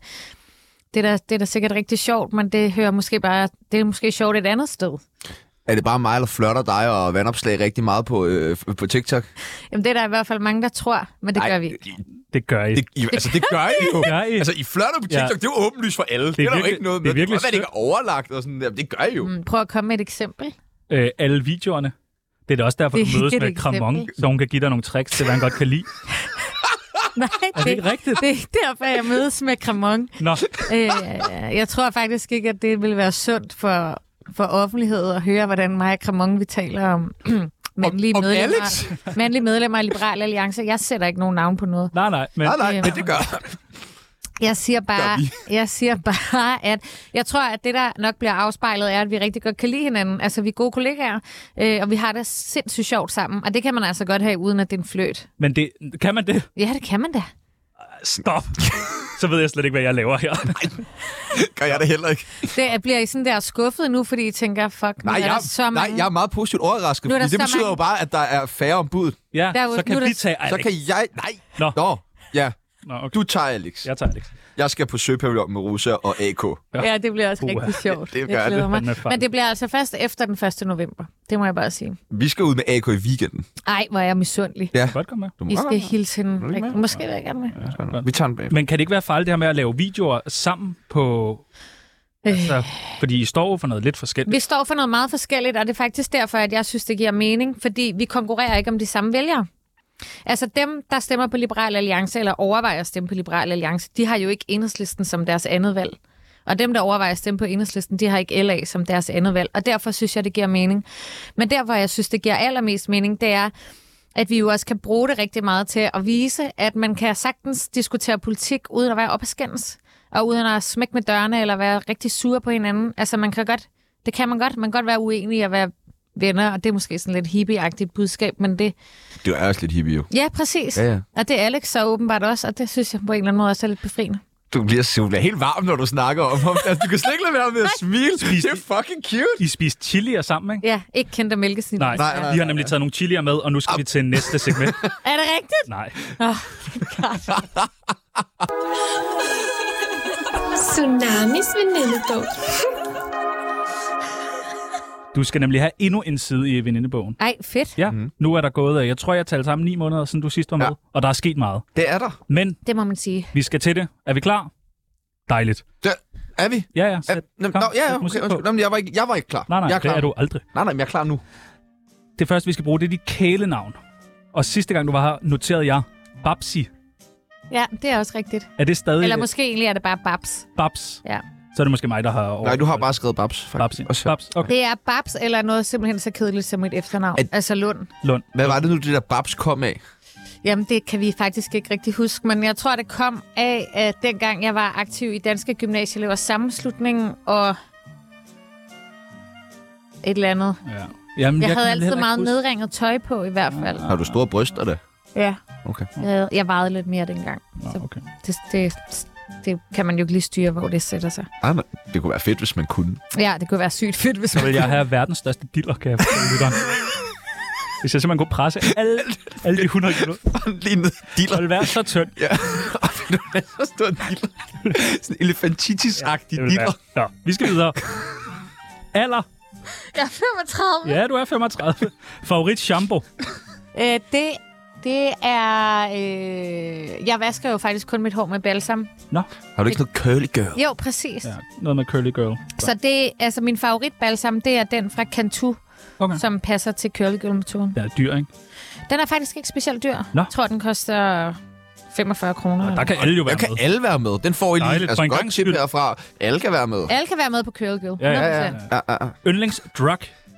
det er da, det er da sikkert rigtig sjovt, men det hører måske bare, det er måske sjovt et andet sted. Er det bare mig, der flirter dig og vandopslag rigtig meget på, øh, på TikTok? Jamen, det er der i hvert fald mange, der tror, men det Ej, gør vi ikke. Det gør I. Det, I, altså, det gør I jo. Gør I? Altså, I flirter på TikTok, Ja. det er jo åbenlyst for alle. Det er, det er der jo virkelig- ikke noget det er med. virkelig Det er ikke overlagt og sådan der. Det gør I jo. Mm, prøv at komme med et eksempel. Øh, alle videoerne. Det er da også derfor, Det du er mødes ikke med et Kramon, eksempel. så hun kan give dig nogle tricks til, hvad han godt kan lide. Nej, Er det ikke rigtigt? det er derfor, jeg mødes med Kramon. Nå, Øh, jeg tror faktisk ikke, at det vil være sundt for, for offentlighed at høre, hvordan mig og Kramon, vi taler om mandlige, om medlemmer, Alex? mandlige medlemmer af Liberal Alliance. Jeg sætter ikke nogen navn på noget. nej, nej. Men Nej, nej, Øhm. men det gør Jeg siger bare, Gør vi. jeg siger bare, at jeg tror, at det, der nok bliver afspejlet, er, at vi rigtig godt kan lide hinanden. Altså, vi er gode kollegaer, øh, og vi har det sindssygt sjovt sammen. Og det kan man altså godt have, uden at det er en fløjt. Men det, kan man det? Ja, det kan man da. Stop. Så ved jeg slet ikke, hvad jeg laver her. gør jeg det heller ikke. Det bliver I sådan der skuffet nu, fordi I tænker, fuck, nu Nej, er der jeg, så nej, mange... jeg er meget positivt overrasket, Nu er der fordi det så betyder mange- jo bare, at der er færre ombud. Ja, Der er jo- så kan nu er vi der- tage Så Alex. kan jeg... Nej. Nå. Nå, ja. Nå, okay. Du tager Alex. Jeg tager Alex. Jeg skal på Søpavillon med Rosa og A K. Ja, det bliver også Uha. rigtig sjovt. Det Jeg gør glæder det. mig. Den er fejl. Men det bliver altså først efter den første november. Det må jeg bare sige. Vi skal ud med A K i weekenden. Ej, hvor er jeg misundelig. Ja. Godt komme med. Du må I godt skal være hilse hende. du ikke rigtig- med? Måske vil jeg gerne med. med. Vi tager den bag. Men kan det ikke være farligt det her med at lave videoer sammen på... Øh. Altså, fordi I står jo for noget lidt forskelligt. Vi står for noget meget forskelligt, og det er faktisk derfor, at jeg synes, det giver mening, fordi vi konkurrerer ikke om de samme vælgere. Altså dem, der stemmer på Liberal Alliance, eller overvejer at stemme på Liberal Alliance, de har jo ikke Enhedslisten som deres andet valg. Og dem, der overvejer at stemme på Enhedslisten, de har ikke L A som deres andet valg. Og derfor synes jeg, det giver mening. Men der, hvor jeg synes, det giver allermest mening, det er, at vi jo også kan bruge det rigtig meget til at vise, at man kan sagtens diskutere politik, uden at være op at skændes. Og uden at smække med dørene, eller være rigtig sur på hinanden. Altså, man kan godt, det kan man godt. Man kan godt være uenig og være venner, og det er måske sådan lidt hippie-agtigt budskab, men det... Det er også lidt hippie, jo. Ja, præcis. Ja, ja. Og det er Alex så åbenbart også, og det synes jeg på en eller anden måde også er lidt befriende. Du bliver, du bliver helt varm, når du snakker om ham. Altså, du kan slet ikke lade være med at smile. Det er fucking cute. I spiste chilier sammen, ikke? Ja, ikke kendt af mælkesnit. Nej, Nej, nej, vi har nemlig taget nogle chilier med, og nu skal vi til næste segment. Er det rigtigt? Nej. Oh, Tsunamis venindebog. Du skal nemlig have endnu en side i venindebogen. ej, fedt. Ja, mm. Nu er der gået, jeg tror, jeg talte sammen ni måneder, siden du sidst var med, Ja. og der er sket meget. Det er der. Men Det må man sige. vi skal til det. Er vi klar? Dejligt. Det, er vi? Ja, ja. Er, Sæt, nå, kom, nå, ja, sæt ja, musik okay, på. undskyld. Nå, men jeg var ikke, jeg var ikke klar. Nej, nej, jeg er det klar er nu. du aldrig. Nej, nej, men jeg er klar nu. Det første, vi skal bruge, det er dit kælenavn. Og sidste gang, du var her, noterede jeg Babsi. Ja, det er også rigtigt. Er det stadig Eller måske egentlig er det bare Babs. Babs? Ja. Så er det måske mig, der har over... Nej, du har bare skrevet Babs, faktisk. Babsi. Også. Babs, okay. Det er Babs, eller noget simpelthen så kedeligt som et efternavn. At- Altså Lund. Lund. Hvad var det nu, det der Babs kom af? Jamen, det kan vi faktisk ikke rigtig huske, men jeg tror, det kom af, at dengang jeg var aktiv i Danske Gymnasieelevers Sammenslutning, og et eller andet. Ja. Jamen, Jeg, jeg havde kan altid heller ikke meget huske- nedringet tøj på, i hvert fald. Har du store bryster da? Ja, Okay. jeg, havde, jeg vejede lidt mere dengang. Nå, Så okay. det, det, det kan man jo ikke lige styre, hvor det sætter sig. Ah, nej. Det kunne være fedt, hvis man kunne. Ja, det kunne være sygt fedt, hvis Så man vil jeg have verdens største diller, kan jeg fortælle lytteren. Hvis jeg simpelthen kunne presse alle, alle de hundrede kilo. Lige ned diller. Og det være så tynd. Ja. Det var så stor diller. Sådan en elefantitis-agtig Det vil diller. være. Nå, vi skal videre. Alder. Jeg er femogtredive. Ja, du er femogtredive. Favorit shampoo. Øh, det, det er... Øh, jeg vasker jo faktisk kun mit hår med balsam. Nå, Har du ikke noget curly girl? Jo, præcis. ja, noget med curly girl. Så det, altså min favoritbalsam, det er den fra Cantu, Okay. som passer til curly girl-metoden. Den er dyr, ikke? Den er faktisk ikke specielt dyr. Nå. Jeg tror, den koster femogfyrre kroner. Der kan alle jo være Der kan med. alle være med. Den får I lige. Dejligt, for Altså en godt gangs tip skyld. herfra. Alle kan være med. Alle kan være med på curly girl. Ja, ja, hundrede ja, ja. procent. Ja, ja, ja. Yndlingsdrug.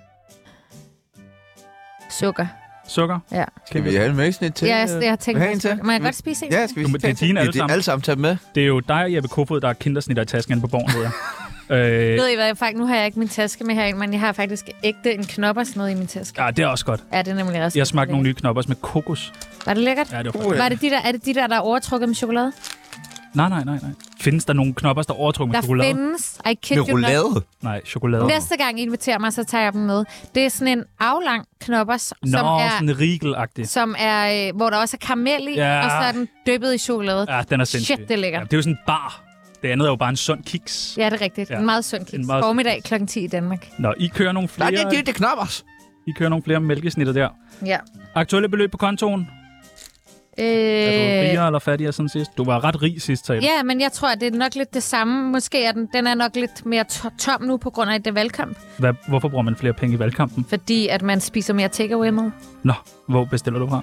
Sukker. Sukker. Ja. Skal vi have en med til? Ja, jeg, jeg har tænkt Vil du have mig en til? sukker. Må jeg godt spise en? Ja, skal vi Du må- det er tage dine en? alle Det er sammen. alle sammen taget med. Det er jo dig og Jeppe Kofod, der er kindersnitter i tasken inde på borgen, ved jeg. øh, Ved I hvad, jeg faktisk, nu har jeg ikke min taske med herinde, men jeg har faktisk ægte en knoppers nede i min taske. ja, det er også godt. Ja, det er nemlig også. Jeg har smagt nogle nye knoppers med kokos. Var det lækkert? Ja, det var Uh, Var det de der, er det de der, der er overtrukket med chokolade? Nej, nej, nej, nej. Findes der nogle knoppers, der er overtrukket med Der chokolade? findes. I kid Med you not. roulade. Nej, chokolade. Næste gang I inviterer mig, så tager jeg dem med. Det er sådan en aflang knoppers, Nå, som er, sådan rigelagtig. som er øh, hvor der også er karamel i, Ja. og så er den dyppet i chokolade. Ja, den er sindssyg. Shit, det er lækkert. Ja, det er jo sådan en bar. Det andet er jo bare en sund kiks. Ja, det er rigtigt. Ja. En meget sund En kiks. meget- Formiddag klokken ti i Danmark. Nå, I kører nogle Nej, flere, det, det, det knapper os. I kører nogle flere mælkesnitter der. Ja. Aktuelle beløb på kontoen? Øh, Er du rigere eller fattigere siden sidst? Du var ret rig sidst, sagde du. ja, men jeg tror, at det er nok lidt det samme. Måske er den, den er nok lidt mere to- tom nu på grund af, at det er valgkamp. Hvad, hvorfor bruger man flere penge i valgkampen? Fordi at man spiser mere takeaway med. Nå, hvor bestiller du fra?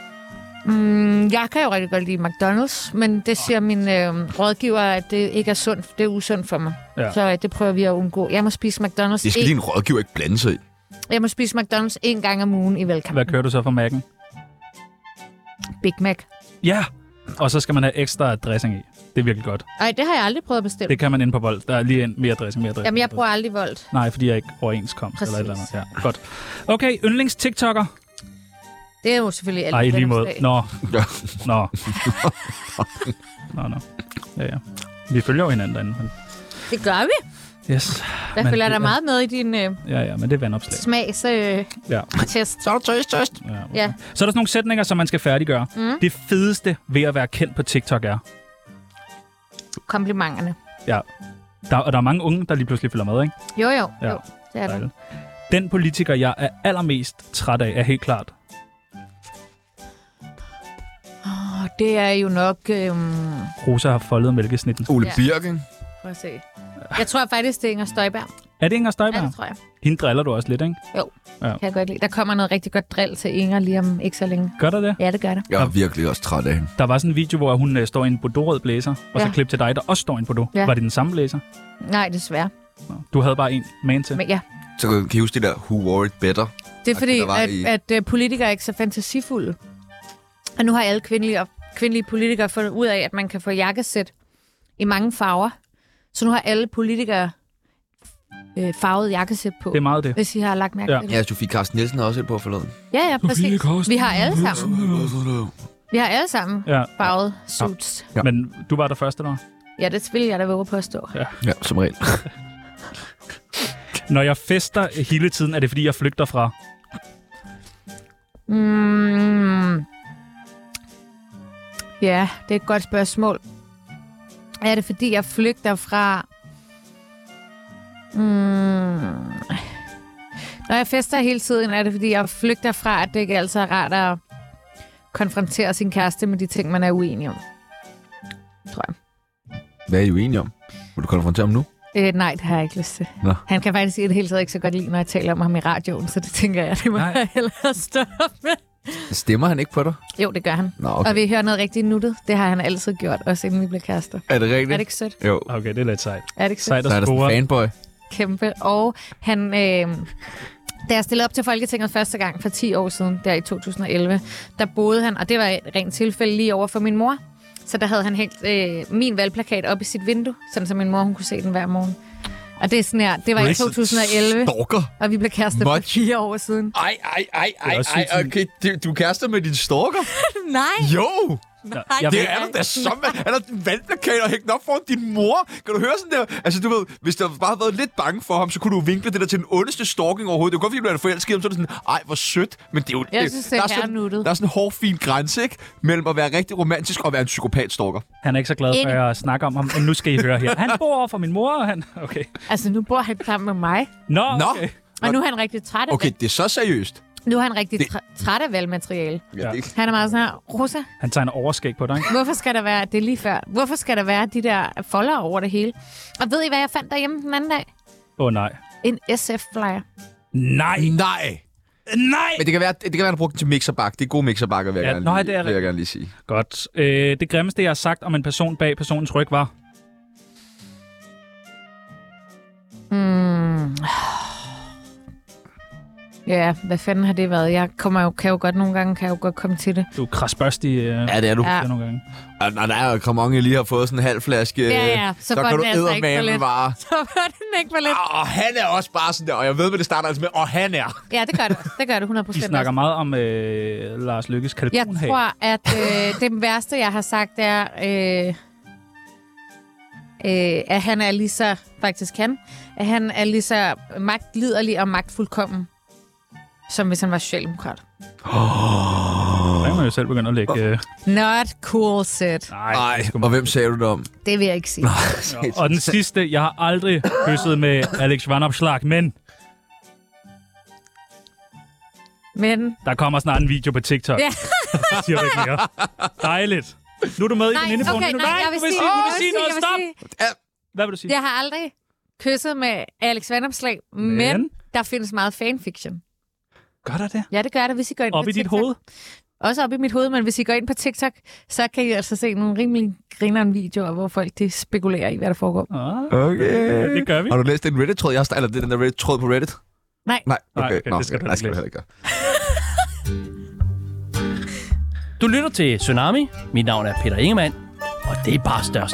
Mm, jeg kan jo rigtig godt lide McDonald's, men det siger min øh, rådgiver, at det ikke er sundt. Det er usundt for mig. Ja. Så øh, det prøver vi at undgå. Jeg må spise McDonald's, Det skal en, din rådgiver ikke blande sig i. jeg må spise McDonald's en gang om ugen i valgkampen. Hvad kører du så for Mac'en? Big Mac. Ja, og så skal man have ekstra dressing i. Det er virkelig godt. Ej, det har jeg aldrig prøvet at bestille. Det kan man inde på Volt. Der er lige en mere dressing, mere dressing. Jamen, jeg bruger aldrig Volt. Nej, fordi jeg ikke overenskomst eller et eller andet. Præcis. Ja, godt. Okay, yndlings-tiktoker. Det er jo selvfølgelig alt. Ej, i lige måde. Nå. Ja. Nå. Nå, nå. Ja, ja. Vi følger jo hinanden derinde. Men... Det gør vi. Yes. Der Men følger det der er- meget med i din øh, Ja, ja, men det er vandopslag. smags øh, Ja. test. Så er du tøst, tøst. Ja, okay. Ja. Så er der sådan nogle sætninger, som man skal færdiggøre. Mm. Det fedeste ved at være kendt på TikTok er... Komplimenterne. Ja. Der, og der er mange unge, der lige pludselig følger med, ikke? Jo, jo. Ja. jo det er der. Dejligt. Den politiker, jeg er allermest træt af, er helt klart... Oh, det er jo nok... Øh, Rosa har foldet mælkesnitten. Ole Ja. Birk, ikke? prøv at se. Jeg tror faktisk, det er Inger Støjberg. Er det Inger Ja, Støjberg? det tror jeg. Hende driller du også lidt, ikke? Jo, Ja. kan jeg godt lide. Der kommer noget rigtig godt drill til Inger lige om ikke så længe. Gør der det? Ja, det gør det. Jeg er virkelig også træt af hende. Der var sådan en video, hvor hun øh, står i en bordeaux-rød blæser, og så Ja. klip til dig, der også står i en bordeaux. Ja. Var det den samme blæser? Nej, desværre. Nå. Du havde bare en man til. Men ja, Så kan I huske det der Who Wore It Better? det er fordi, der var at, i- at, at politikere er ikke så fantasifulde. Og nu har alle kvindelige, kvindelige politikere fundet ud af, at man kan få jakkesæt i mange farver. Så nu har alle politikere øh, farvet jakkesæt på. Det er meget det. Hvis I har lagt mærke Ja. til det. Ja, Sofie Carsten Nielsen har også et på forleden. Ja, ja, præcis. Vi har alle sammen. Vi har alle sammen Ja. farvet suits. Ja. Men du var der første, eller? Ja, det vil jeg da våge på at stå. Ja. Ja, som regel. Når jeg fester hele tiden, er det fordi, jeg flygter fra? Mm. Ja, det er et godt spørgsmål. Er det fordi, jeg flygter fra... Mm. Når jeg fester hele tiden, er det fordi, jeg flygter fra, at det ikke altid er rart at konfrontere sin kæreste med de ting, man er uenig om. Tror jeg. Hvad er I uenige om? Vil du konfrontere ham nu? Øh, nej, det har jeg ikke lyst til. Nå. Han kan faktisk i det hele taget ikke så godt lide, når jeg taler om ham i radioen, så det tænker jeg, det må Nej. jeg hellere stoppe med. Stemmer han ikke på dig? Jo, det gør han. Nå, Okay. okay. Og vi hører noget rigtig nuttet. Det har han altid gjort, også inden vi blev kærester. Er det rigtigt? Er det ikke sødt? Jo. Okay, det er lidt sejt. Er det ikke sødt? Sejt Så er at der sådan score. en fanboy. Kæmpe. Og han, øh, da jeg stillede op til Folketinget første gang for ti år siden, der i to tusind og elleve, der boede han, og det var et rent tilfælde lige over for min mor. Så der havde han hængt øh, min valgplakat op i sit vindue, sådan så min mor hun kunne se den hver morgen. Og det er sådan her, det var i to tusind og elleve, Stalker. og vi blev kærester for Much. fire år siden. Ej, ej, ej, Det er ej, også ej, sygt, okay. Du, du er kærester med din stalker? Nej! Jo! Nej, jeg Det ved- er du da som, man. Han har din valgplakat og hængt op foran din mor. Kan du høre sådan der? Altså, du ved, hvis der bare havde været lidt bange for ham, så kunne du vinkle det der til den ondeste stalking overhovedet. Det er godt, fordi du blev forelsket i ham, så er det sådan, ej, hvor sødt. Men det er jo... Jeg synes, det er der sådan, herrenuttet. der er sådan en hård, fin grænse, ikke? Mellem at være rigtig romantisk og være en psykopat-stalker. Han er ikke så glad for, Enig. at jeg snakker om ham, men nu skal I høre her. Han bor over for min mor, og han... Okay. Altså, nu bor han sammen med mig, Nå, Nå. okay. og nu er han rigtig træt af Okay, det. det er så seriøst. Nu er han rigtig Det- træ- træt af valgmateriale. Ja, det, Han er meget sådan her, Rosa, Han tegner overskæg på dig, ikke? hvorfor skal der være, det er lige før, hvorfor skal der være de der folder over det hele? Og ved I, hvad jeg fandt derhjemme den anden dag? Åh, oh, nej. En S F-flyer. Nej! nej. Nej! Men det kan være, det kan være, han har brugt den til mixerbak. Det er gode mixerbakker, vil jeg, Ja, gerne, nå, lige, det er vil jeg gerne lige sige. Godt. Øh, det grimmeste, jeg har sagt om en person bag personens ryg var... Mm. Ja, hvad fanden har det været? Jeg kommer jo, kan jo godt nogle gange, kan jo godt komme til det. Du er krasbørstig øh, Ja, det er du. Ja. ja. nogle gange. Og når der er jo Kramonge lige har fået sådan en halv flaske, Ja, ja, så så får kan den du altså ikke for eddermame lidt. bare... Så var den ikke for lidt. Og han er også bare sådan der, og jeg ved, hvad det starter altså med, og han er. Ja, det gør det. Det gør det hundrede De procent. snakker meget om øh, Lars Lykkes Jeg kalkunhag. tror, at øh, det værste, jeg har sagt, er, øh, øh, at han er lige så, faktisk han, at han er lige så magtliderlig og magtfuldkommen, som hvis han var socialdemokrat. Der kan man jo selv begynde at lægge... Øh, Not cool, Sid. nej, Nej, det skal og man- hvem sagde du det om? Det vil jeg ikke sige. Ja. Og den sidste, jeg har aldrig kysset med Alex Vanopslagh, men Men der kommer snart en video på TikTok. Ja. Jeg siger ikke mere. Dejligt. Nu er du med i nej, venindebogen. okay, nu. nej, jeg vil du vil sige, sige, du jeg vil vil sige sige, noget. jeg vil Stop. sige, Hvad vil du sige? jeg har aldrig kysset med Alex Vanopslagh, men, Men? der findes meget fanfiction. Gør der det? Ja, det gør det, hvis I går ind Op på i dit TikTok. hoved? Også op i mit hoved, men hvis I går ind på TikTok, så kan I altså se nogle rimelig grineren videoer, hvor folk de spekulerer i, hvad der foregår. Ah, Okay. det gør vi. Har du læst den Reddit-tråd, jeg har startet? Eller den der Reddit-tråd på Reddit? Nej. Nej, okay. Nej, okay, Nå, det skal du nej, ikke skal du læse. heller ikke gøre. Du lytter til Tsunami. Mit navn er Peter Ingemann, og det er bare størst.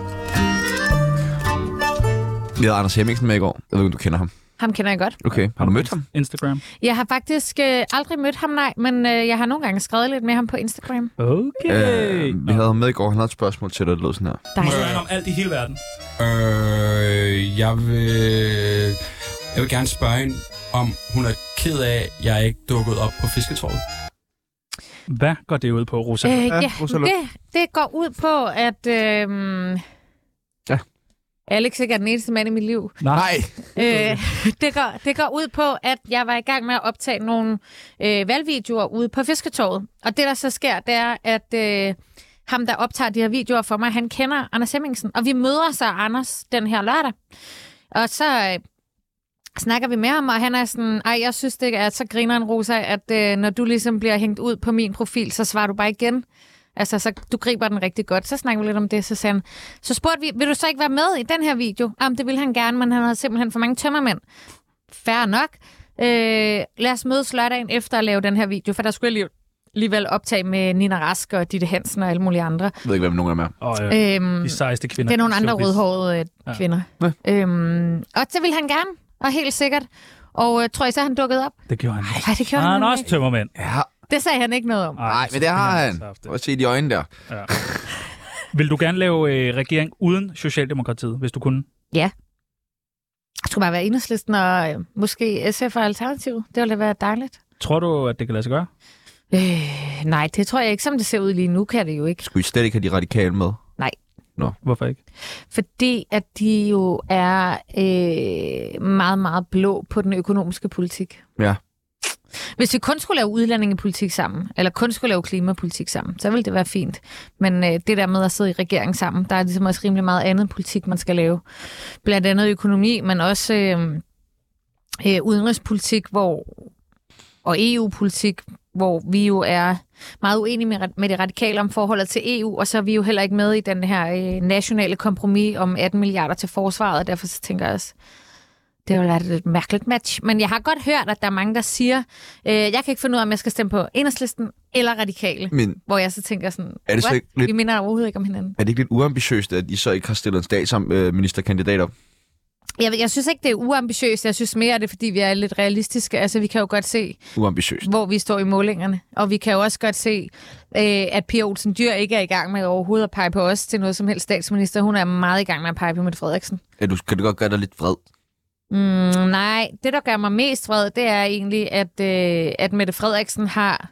Vi havde Anders Hemmingsen med i går. Jeg ved ikke, om du kender ham. Ham kender jeg godt. Okay, har du mødt ham? Instagram. Jeg har faktisk øh, aldrig mødt ham, nej, men øh, jeg har nogle gange skrevet lidt med ham på Instagram. Okay. Øh, vi havde ham med i går. Han havde et spørgsmål til dig, der lød sådan her. Du må Dejligt. spørge om alt i hele verden. Øh, jeg vil... Jeg vil gerne spørge hende, om hun er ked af, at jeg ikke dukkede op på fisketorvet. Hvad går det ud på, Rosa? Øh, Ja, ja, Rosalund. det, det går ud på, at øh, Ja. Alex ikke er den eneste mand i mit liv. Nej. Øh, det, går, det går ud på, at jeg var i gang med at optage nogle øh, valgvideoer ude på Fisketorvet. Og det, der så sker, det er, at øh, ham, der optager de her videoer for mig, han kender Anders Hemmingsen. Og vi møder så Anders den her lørdag. Og så øh, snakker vi med ham, og han er sådan, ej, jeg synes det er så grineren, Rosa, at øh, når du ligesom bliver hængt ud på min profil, så svarer du bare igen. Altså, så du griber den rigtig godt. Så snakker vi lidt om det, så sagde han, så spurgte vi, vil du så ikke være med i den her video? Jamen, det ville han gerne, men han havde simpelthen for mange tømmermænd. Fair nok. Øh, lad os mødes lørdagen efter at lave den her video, for der skulle jeg lige alligevel optage med Nina Rask og Ditte Hansen og alle mulige andre. Jeg ved ikke, hvem nogen er med. Og øh, Øhm, de sejeste kvinder. Det er nogle andre Showbiz. rødhårede øh, Ja. kvinder. Ja. Øhm, og det ville han gerne, og helt sikkert. Og øh, tror I så, han dukkede op? Det gjorde han. Nej, det gjorde han. han er nemlig også ikke. tømmermænd. Ja. Det sagde han ikke noget om. Nej, men det har han. Prøv at se de øjne der. Ja. Vil du gerne lave øh, regering uden Socialdemokratiet, hvis du kunne? Ja. Det skulle bare være Enhedslisten og øh, måske S F og Alternativet. Det ville da være dejligt. Tror du, at det kan lade sig gøre? Øh, nej, det tror jeg ikke. Som det ser ud lige nu, kan det jo ikke. Skulle I slet ikke have de radikale med? Nej. Nå. Hvorfor ikke? Fordi at de jo er øh, meget, meget blå på den økonomiske politik. Ja. Hvis vi kun skulle lave udlændingepolitik sammen, eller kun skulle lave klimapolitik sammen, så ville det være fint. Men øh, det der med at sidde i regering sammen, der er ligesom også rimelig meget andet politik, man skal lave. Blandt andet økonomi, men også øh, øh, udenrigspolitik hvor, og E U-politik, hvor vi jo er meget uenige med, med det radikale om forholdet til E U, og så er vi jo heller ikke med i den her øh, nationale kompromis om atten milliarder til forsvaret, og derfor så tænker jeg også, det vil være et mærkeligt match. Men jeg har godt hørt, at der er mange, der siger, øh, jeg kan ikke finde ud af, om jeg skal stemme på Enhedslisten eller radikale. Men hvor jeg så tænker sådan, er det så ikke lidt, vi minder overhovedet ikke om hinanden. Er det ikke lidt uambitiøst, at I så ikke har stillet en statsministerkandidat op? Jeg, jeg synes ikke, det er uambitiøst. Jeg synes mere, det er, fordi vi er lidt realistiske. Altså, vi kan jo godt se, uambitiøst, hvor vi står i målingerne. Og vi kan jo også godt se, øh, at Pia Olsen Dyhr ikke er i gang med overhovedet at pege på os til noget som helst statsminister. Hun er meget i gang med at pege på Mette Frederiksen. Er du, kan du godt gøre dig lidt vred? Mm, nej, det, der gør mig mest vred, det er egentlig, at, øh, at Mette Frederiksen har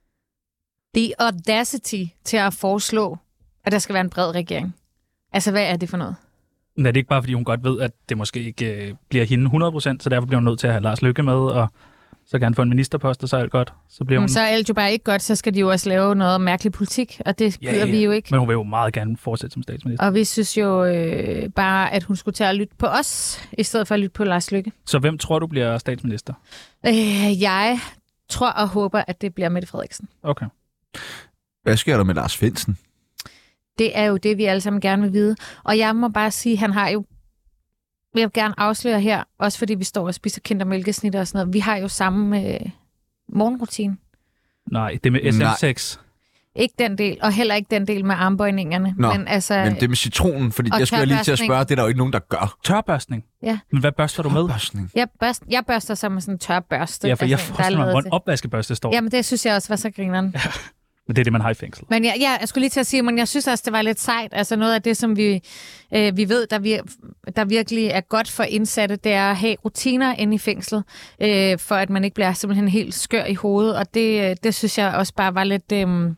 the audacity til at foreslå, at der skal være en bred regering. Altså, hvad er det for noget? Men er det ikke bare, fordi hun godt ved, at det måske ikke øh, bliver hende hundrede procent, så derfor bliver hun nødt til at have Lars Løkke med, og så kan han få en ministerpost, og så er alt godt. Så bliver hun... Men så er alt jo bare ikke godt, så skal de jo også lave noget mærkelig politik, og det gider ja, ja. vi jo ikke. Men hun vil jo meget gerne fortsætte som statsminister. Og vi synes jo øh, bare, at hun skulle tage at lytte på os, i stedet for at lytte på Lars Løkke. Så hvem tror du bliver statsminister? Øh, jeg tror og håber, at det bliver Mette Frederiksen. Okay. Hvad sker der med Lars Findsen? Det er jo det, vi alle sammen gerne vil vide. Og jeg må bare sige, han har jo, jeg vil gerne afsløre her, også fordi vi står og spiser kindermælkesnitter og sådan noget, vi har jo samme øh, morgenrutine. Nej, det med S M seks. Ikke den del, og heller ikke den del med armbøjningerne. Nå, men, altså, men det med citronen, fordi jeg skulle lige til at spørge, det er der jo ikke nogen, der gør. Tørbørstning? Ja. Men hvad børster du med? Tørbørstning? Jeg, børst, jeg børster så med sådan en tørbørste. Ja, for jeg altså, forestiller mig, hvor en opvaskebørste står. Jamen, det synes jeg også var så grineren. Ja. Men det er det, man har i fængsel. Men jeg, jeg, jeg skulle lige til at sige, men jeg synes også, det var lidt sejt. Altså noget af det, som vi, øh, vi ved, der, vir, der virkelig er godt for indsatte, det er at have rutiner inde i fængslet, øh, for at man ikke bliver simpelthen helt skør i hovedet. Og det, det synes jeg også bare var lidt... Øh,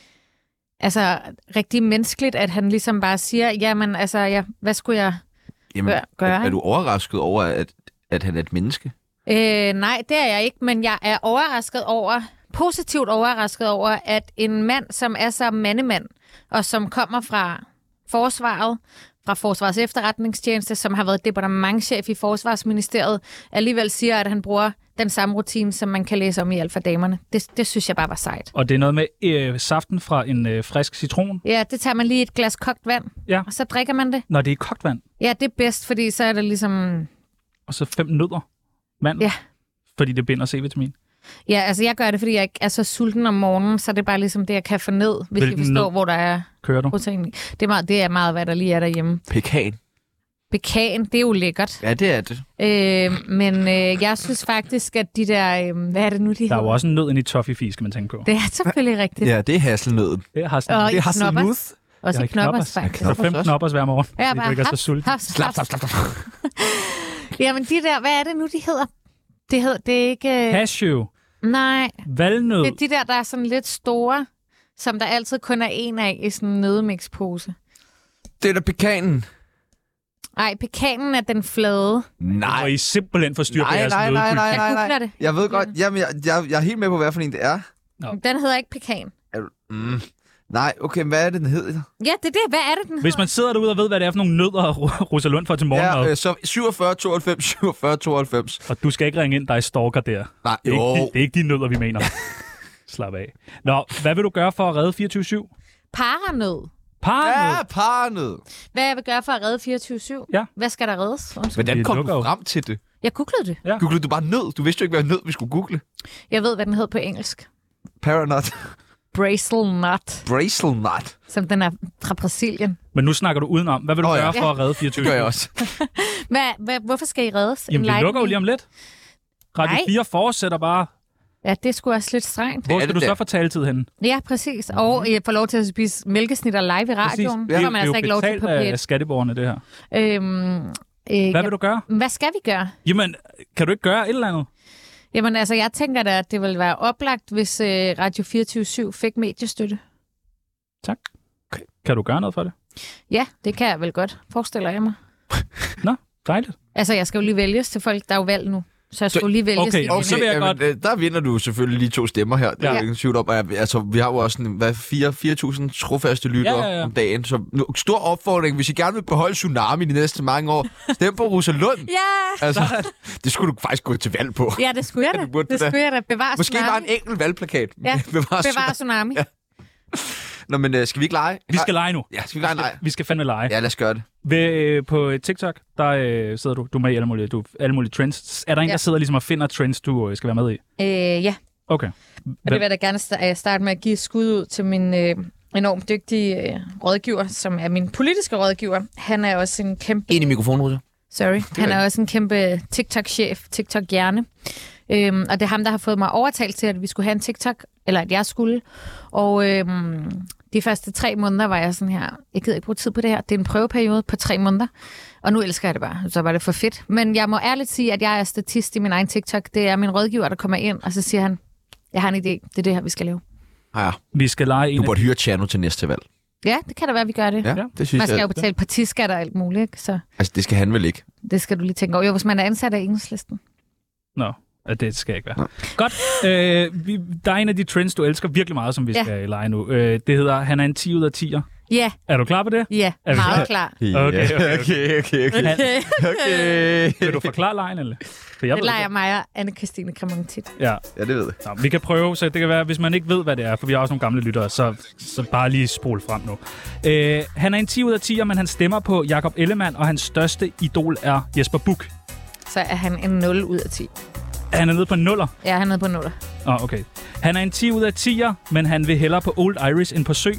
altså rigtig menneskeligt, at han ligesom bare siger, jamen altså, ja, hvad skulle jeg jamen, gøre? gøre er, er du overrasket over, at, at han er et menneske? Øh, nej, det er jeg ikke, men jeg er overrasket over, positivt overrasket over, at en mand, som er så mandemand, og som kommer fra forsvaret, fra Forsvarets Efterretningstjeneste, som har været departementschef i Forsvarsministeriet, alligevel siger, at han bruger den samme rutine, som man kan læse om i Alfa Damerne. Det, det synes jeg bare var sejt. Og det er noget med øh, saften fra en øh, frisk citron? Ja, det tager man lige et glas kogt vand, ja. og så drikker man det. Når det er kogt vand? Ja, det er bedst, fordi så er det ligesom... Og så fem nødder vand? Ja. Fordi det binder C-vitamin? Ja, altså jeg gør det, fordi jeg ikke er så sulten om morgenen, så det er bare ligesom det, jeg kan få ned, hvis Hvilken vi forstår, nød hvor der er kører du? protein. Det er, meget, det er meget, hvad der lige er derhjemme. Pekan. Pekan, det er jo lækkert. Ja, det er det. Øh, men øh, jeg synes faktisk, at de der... Øh, hvad er det nu, de Der hedder? er jo også en nød ind i toffee, skal man tænke på. Det er selvfølgelig rigtigt. Ja, det er hasselnøden. Det er hasselnøden. Og det er i knoppers. hasselnød. Også i knoppers, faktisk. Så fem knoppers hver morgen. Ja, det bare ikke er så haps, sulten. haps, Slap, slap, slap, slap. Jamen de der, hvad er det nu, de hedder? Det hedder, det er ikke... Øh... Cashew. Nej. Valnød. Det er de der, der er sådan lidt store, som der altid kun er en af i sådan en nødemixpose. Det er da pekanen. Nej, pekanen er den flade. Nej. Og I simpelthen forstyrrer på Nej, jeres nej, nej, nøddepolitik. nej, nej, Jeg nej. googler det. Jeg ved godt, jamen, jeg, jeg, jeg er helt med på, hvad for en det er. Nå. Den hedder ikke pekan. Er du- Mm. Nej, okay, hvad er det, den hedder? Ja, det er det. Hvad er det, den Hvis hedder? man sidder derude og ved, hvad det er for nogle nødder, Rosa Lund får til morgenmad, Ja, øh, så syvogfyrre tooghalvfems, syvogfyrre tooghalvfems. og du skal ikke ringe ind, der er stalker der. Nej, Det er, jo. ikke, det er ikke de nødder, vi mener. Slap af. Nå, hvad vil du gøre for at redde fireogtyve syv? Paranød. Paranød? Ja, parnød. Hvad jeg vil gøre for at redde fireogtyve syv? Ja. Hvad skal der reddes? Undskyld. Hvordan Det kom lukker du jo. frem til det? Jeg googlede det. Ja. Googlede du bare nød? Du vidste jo ikke, hvad nød vi skulle google. Jeg ved, hvad den hed på engelsk. Paranut. Bracelnut. Bracelnut. Som den er fra Brasilien. Men nu snakker du udenom. Hvad vil du oh, gøre ja. for at redde fireogtyve? Det gør jeg også. hvad, hvad, hvorfor skal I reddes? Jamen, vi lukker jo lige om lidt. Radio fire fortsætter bare. Ja, det er sgu også lidt strengt. Hvor skal du så få taletid henne? Ja, præcis. Og jeg får lov til at spise mælkesnitter live i radioen. Ja. Det får man altså ikke lov til på P et. Af skatteborgerne, det her. Øhm, øh, Hvad ja, vil du gøre? Hvad skal vi gøre? Jamen, kan du ikke gøre et eller andet? Jamen, altså, jeg tænker da, at det ville være oplagt, hvis øh, Radio fireogtyve syv fik mediestøtte. Tak. Okay. Kan du gøre noget for det? Ja, det kan jeg vel godt, forestiller jeg mig. Nå, dejligt. Altså, jeg skal jo lige vælges til folk, der er jo valg nu. Så jeg skal jo lige vælges. Okay, okay. så vil jeg Jamen, godt... der vinder du selvfølgelig lige to stemmer her. Det er ja. jo ingen tvivl om. Altså, vi har jo også sådan, hvad, fire tusind trofaste lyttere ja, ja, ja. om dagen. Så nu, stor opfordring, hvis I gerne vil beholde Tsunami de næste mange år, stem på Rosa Lund. Ja! Altså, det skulle du faktisk gå til valg på. Ja, det skulle jeg da. Det, det skulle jeg da. Bevare Måske Tsunami. bare en enkelt valgplakat. Ja, Bevare, Bevare Tsunami. Ja. Nå, men uh, skal vi ikke lege? Vi skal lege nu. Ja, skal vi lege? Nej. Vi skal fandme lege. Ja, lad os gøre det. Ved, øh, på TikTok, der øh, sidder du, du er med i alle mulige, du, alle mulige trends. Er der en, ja. der sidder ligesom og finder trends, du øh, skal være med i? Øh, ja. Okay. Hvem? Og det vil jeg da gerne starte med at give skud ud til min øh, enormt dygtige øh, rådgiver, som er min politiske rådgiver. Han er også en kæmpe... Ind i mikrofonen, Rosa. Sorry. Han er også en kæmpe TikTok-chef, TikTok-hjerne. Øhm, og det er ham, der har fået mig overtalt til, at vi skulle have en TikTok, eller at jeg skulle. Og øhm, de første tre måneder var jeg sådan her, jeg gider ikke bruge tid på det her. Det er en prøveperiode på tre måneder. Og nu elsker jeg det bare. Så var det for fedt. Men jeg må ærligt sige, at jeg er statist i min egen TikTok. Det er min rådgiver, der kommer ind, og så siger han, jeg har en idé. Det er det her, vi skal lave. Ja. Vi skal lege en... Du burde hyre Tjerno til næste valg. Ja, det kan da være, at vi gør det. Ja, det synes man skal jeg, jo betale partiskat og alt muligt, ikke? Så altså, det skal han vel ikke? det skal du lige tænke over. Jo, hvis man er ansat af Enhedslisten. Nå, det skal jeg ikke være. Nå. Godt. Øh, vi, der er en af de trends, du elsker virkelig meget, som vi Ja. skal lege nu. Øh, det hedder, han er en ti ud af ti'er. Ja. Er du klar på det? Ja, er meget klar. Okay, okay, okay. okay, okay, okay. Okay. okay. Vil du forklare lejen, eller? For jeg det ved leger mig og Anne-Christine Kramon tit. Ja. ja, det ved jeg. Nå, vi kan prøve, så det kan være, hvis man ikke ved, hvad det er, for vi har også nogle gamle lyttere, så, så bare lige spol frem nu. Øh, han er en ti ud af ti'er, men han stemmer på Jakob Ellemann, og hans største idol er Jesper Buch. Så er han en nul ud af ti. Han er nede på nuller? Ja, han er nede på nuller. Åh, oh, okay. Han er en ti ud af ti'er, men han vil hellere på Old Irish end på Sø.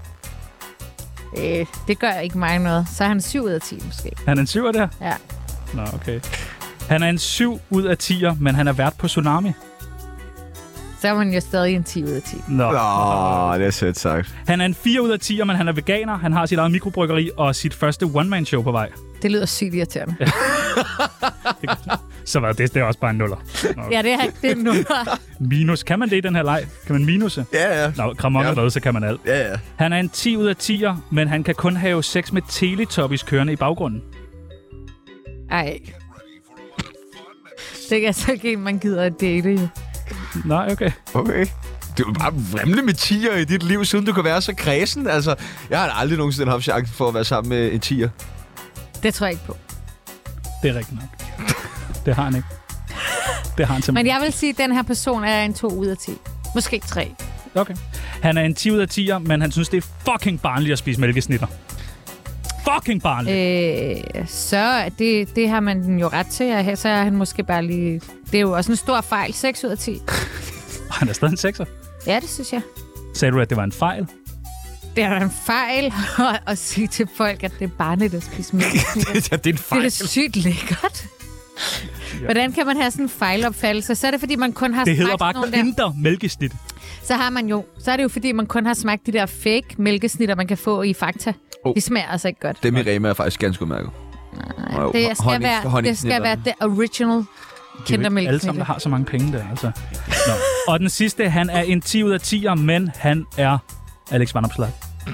Øh, det gør ikke mig noget. Så er han syv ud af ti måske. Han er en syver der? Ja. Nå, okay. Han er en syv ud af ti'er, men han er vært på Tsunami. Så er man jo stadig en ti ud af ti. Nå, Nå det er sødt sagt. Han er en fire ud af ti'er, men han er veganer. Han har sit eget mikrobryggeri og sit første one-man-show på vej. Det lyder sygt irriterende. Ja. Så var det, det er også bare en nuller. Nå. Ja, det er, det er en nuller. Minus. Kan man det i den her leg? Kan man minuse? Ja, ja. Nå, Kramon ja. er med, så kan man alt. Ja, ja. Han er en ti ud af ti'er, men han kan kun have sex med Teletubbies kørende i baggrunden. Ej. Det er altså ikke en, man gider at date, jo. Nej, okay. Okay. Det er jo bare vrimle med tiger i dit liv, siden du kan være så kredsen. Altså, jeg har aldrig nogensinde haft chancen for at være sammen med en tiger. Det tror jeg ikke på. Det er rigtigt nok. Det har han ikke. Det har han simpelthen. Men jeg vil sige, at den her person er en to ud af ti. Måske tre. Okay. Han er en ti ud af ti'er, men han synes, det er fucking barnligt at spise mælkesnitter. Fucking barnligt. Øh, så det, det har man jo ret til. Så er han måske bare lige... Det er jo også en stor fejl. seks ud af ti. Han er stadig en sekser. Ja, det synes jeg. Sagde du, at det var en fejl? Det er en fejl at, at sige til folk, at det er barnligt at spise mælkesnitter. Ja, det er en fejl. Det er sygt lækkert. Ja. Hvordan kan man have sådan en fejlopfattelse? Så er det, fordi man kun har det smagt hedder bare Kinder-mælkesnit. Så har man jo, så er det jo, fordi man kun har smagt de der fake mælkesnitter, man kan få i Fakta. Oh. De smager altså ikke godt. Dem i Rema er faktisk ganske udmærket. Nej, det skal, honning, være, honning, det skal være the original Kindermælkesnitter. Alle sammen, der har så mange penge der, altså. Nå. Og den sidste, han er en ti ud af ti'er, men han er Alex Vanopslagh.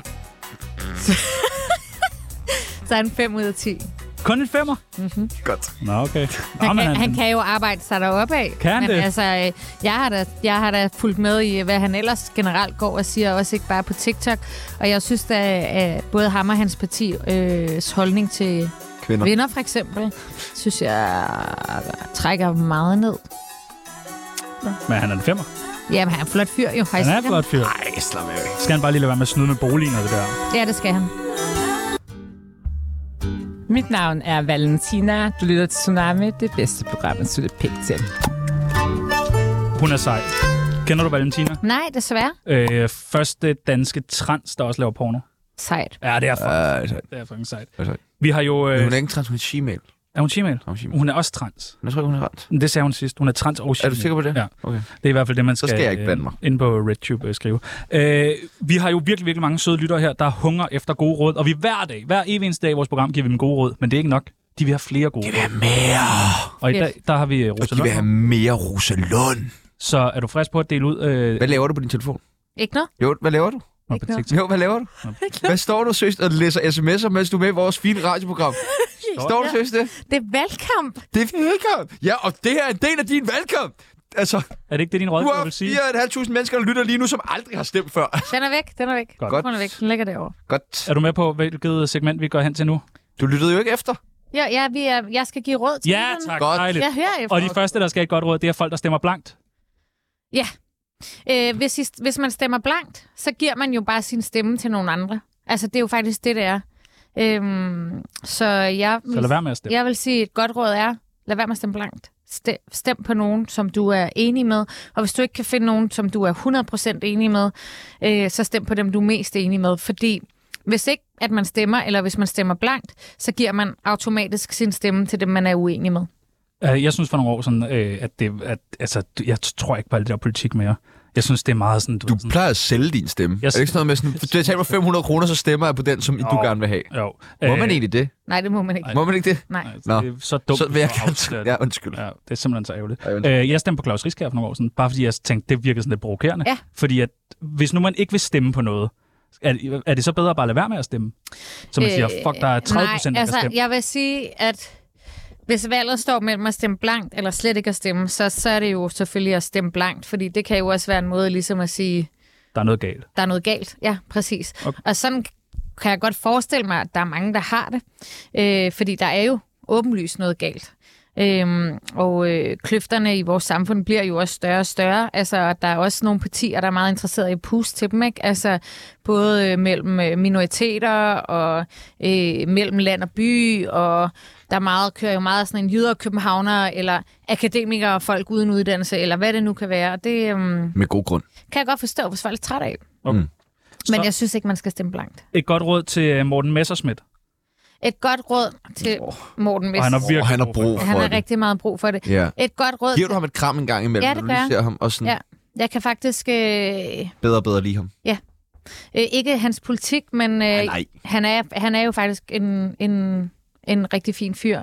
Så er han fem ud af ti. Kun en femmer? Mm-hmm. Godt. Nå, okay. Nå, han, men han, han, han kan jo arbejde sig deroppe af. Kan men det? Altså, jeg har, da, jeg har da fulgt med i, hvad han ellers generelt går og siger, også ikke bare på TikTok. Og jeg synes, at både ham og hans parti øh, holdning til kvinder. Kvinder, for eksempel, synes jeg trækker meget ned. Men han er en femmer. Jamen, han er en flot fyr, jo. Han er en flot fyr. Nej, slap af. Skal han bare lige lade være med at snyde med boligen og det der? Ja, det skal han. Mit navn er Valentina. Du lytter til Tsunami, det bedste program, at slutte pænt til. Hun er sej. Kender du Valentina? Nej, desværre. Øh, første danske trans, der også laver porno. Sejt. Ja, det er fucking, Uh, det er fucking sejt. sejt. Vi har jo... Øh, hun er ikke trans, hun er she-male. Er hun she-male? Hun er, she-male. Hun er også trans. Jeg tror ikke, hun er trans. Det sagde hun sidst. Hun er trans og she-male. Er du sikker på det? Ja. Okay. Det er i hvert fald det, man skal, Så skal jeg ikke blande mig. Øh, inde på RedTube øh, skrive. Øh, vi har jo virkelig, virkelig mange søde lyttere her, der hunger efter gode råd. Og vi hver dag, hver evig eneste dag i vores program, giver vi dem gode råd. Men det er ikke nok. De vil have flere gode råd. De vil have mere. Og i dag, der har vi Rosa Lund. De vil have mere Rosa Lund. Så er du frisk på at dele ud? Øh... Hvad laver du på din telefon? Ikke noget. Jo, hvad laver du? Ikke noget. Jo, hvad laver du? Hvad står du søst og læser sms'er, mens du er med i vores fine radioprogram? Står du søst det? Det er valgkamp. Det er valgkamp. Ja, og det her er en del af din valgkamp. Altså, er det ikke det, din rådgiver vil sige? Du har fire tusind fem hundrede mennesker, der lytter lige nu, som aldrig har stemt før. Den er væk, den er væk. Godt. Den er væk, den ligger derovre. Godt. Er du med på, hvilket segment vi går hen til nu? Du lyttede jo ikke efter. Ja, ja vi er, jeg skal give råd til Ja, tak. Godt. Dejligt. Jeg hører efter. Og de første, der skal have et godt råd, det er folk, der stemmer blankt. Ja. Øh, hvis, I, hvis man stemmer blankt, så giver man jo bare sin stemme til nogle andre. Altså, det er jo faktisk det, det er. Øhm, så jeg vil, så lad være med at stemme. Jeg vil sige, et godt råd er, lad være med at stemme blankt. Stem, stem på nogen, som du er enig med. Og hvis du ikke kan finde nogen, som du er hundrede procent enig med, øh, så stem på dem, du er mest enig med. Fordi hvis ikke, at man stemmer, eller hvis man stemmer blankt, så giver man automatisk sin stemme til dem, man er uenig med. Jeg synes for nogle år sådan, at det, at, altså, jeg tror ikke på alt det der politik mere. Jeg synes, det er meget sådan... Du, du sådan, plejer at sælge din stemme. Jeg, er det ikke sådan noget med sådan, det tager mig fem hundrede kroner, så stemmer jeg på den, som jo, du gerne vil have. Jo. Må man egentlig det? Nej, det må man ikke. Må man ikke det? Nej. Nå. Det er så dumt. Så vil jeg gerne... Ja, undskyld. Ja, det er simpelthen så ærgerligt. Øh, jeg stemte på Claus Riskær for nogle år siden, bare fordi jeg tænkte, det virker sådan lidt provokerende. Ja. Fordi at, hvis nu man ikke vil stemme på noget, er, er det så bedre at bare lade være med at stemme? Så man øh, siger, fuck, der er tredive procent, nej, der altså, kan stemme. Jeg vil sige, at hvis valget står mellem at stemme blankt eller slet ikke at stemme, så, så er det jo selvfølgelig at stemme blankt, fordi det kan jo også være en måde ligesom at sige... Der er noget galt. Der er noget galt, ja, præcis. Okay. Og sådan kan jeg godt forestille mig, at der er mange, der har det, øh, fordi der er jo åbenlyst noget galt. Øhm, og øh, kløfterne i vores samfund bliver jo også større og større. Altså, der er også nogle partier, der er meget interesserede i at puste til dem, ikke? Altså, både øh, mellem øh, minoriteter og øh, mellem land og by, og der er meget, kører jo meget sådan en jyder københavner, eller akademikere og folk uden uddannelse, eller hvad det nu kan være. Det øhm, med god grund. Kan jeg godt forstå, hvis folk er træt af. Okay. Mm. Men jeg synes ikke, man skal stemme blankt. Et godt råd til Morten Messerschmidt. Et godt råd til Morten Messerschmidt. Han har virkelig oh, han har brug for Han har det. rigtig meget brug for det. Ja. Et godt råd. Giver du ham et kram en gang imellem, ja, det når du ser ham? Og sådan... Ja, jeg kan faktisk... Øh... Bedre og bedre lide ham. Ja. Øh, ikke hans politik, men øh, nej, nej. Han, er, han er jo faktisk en, en, en rigtig fin fyr.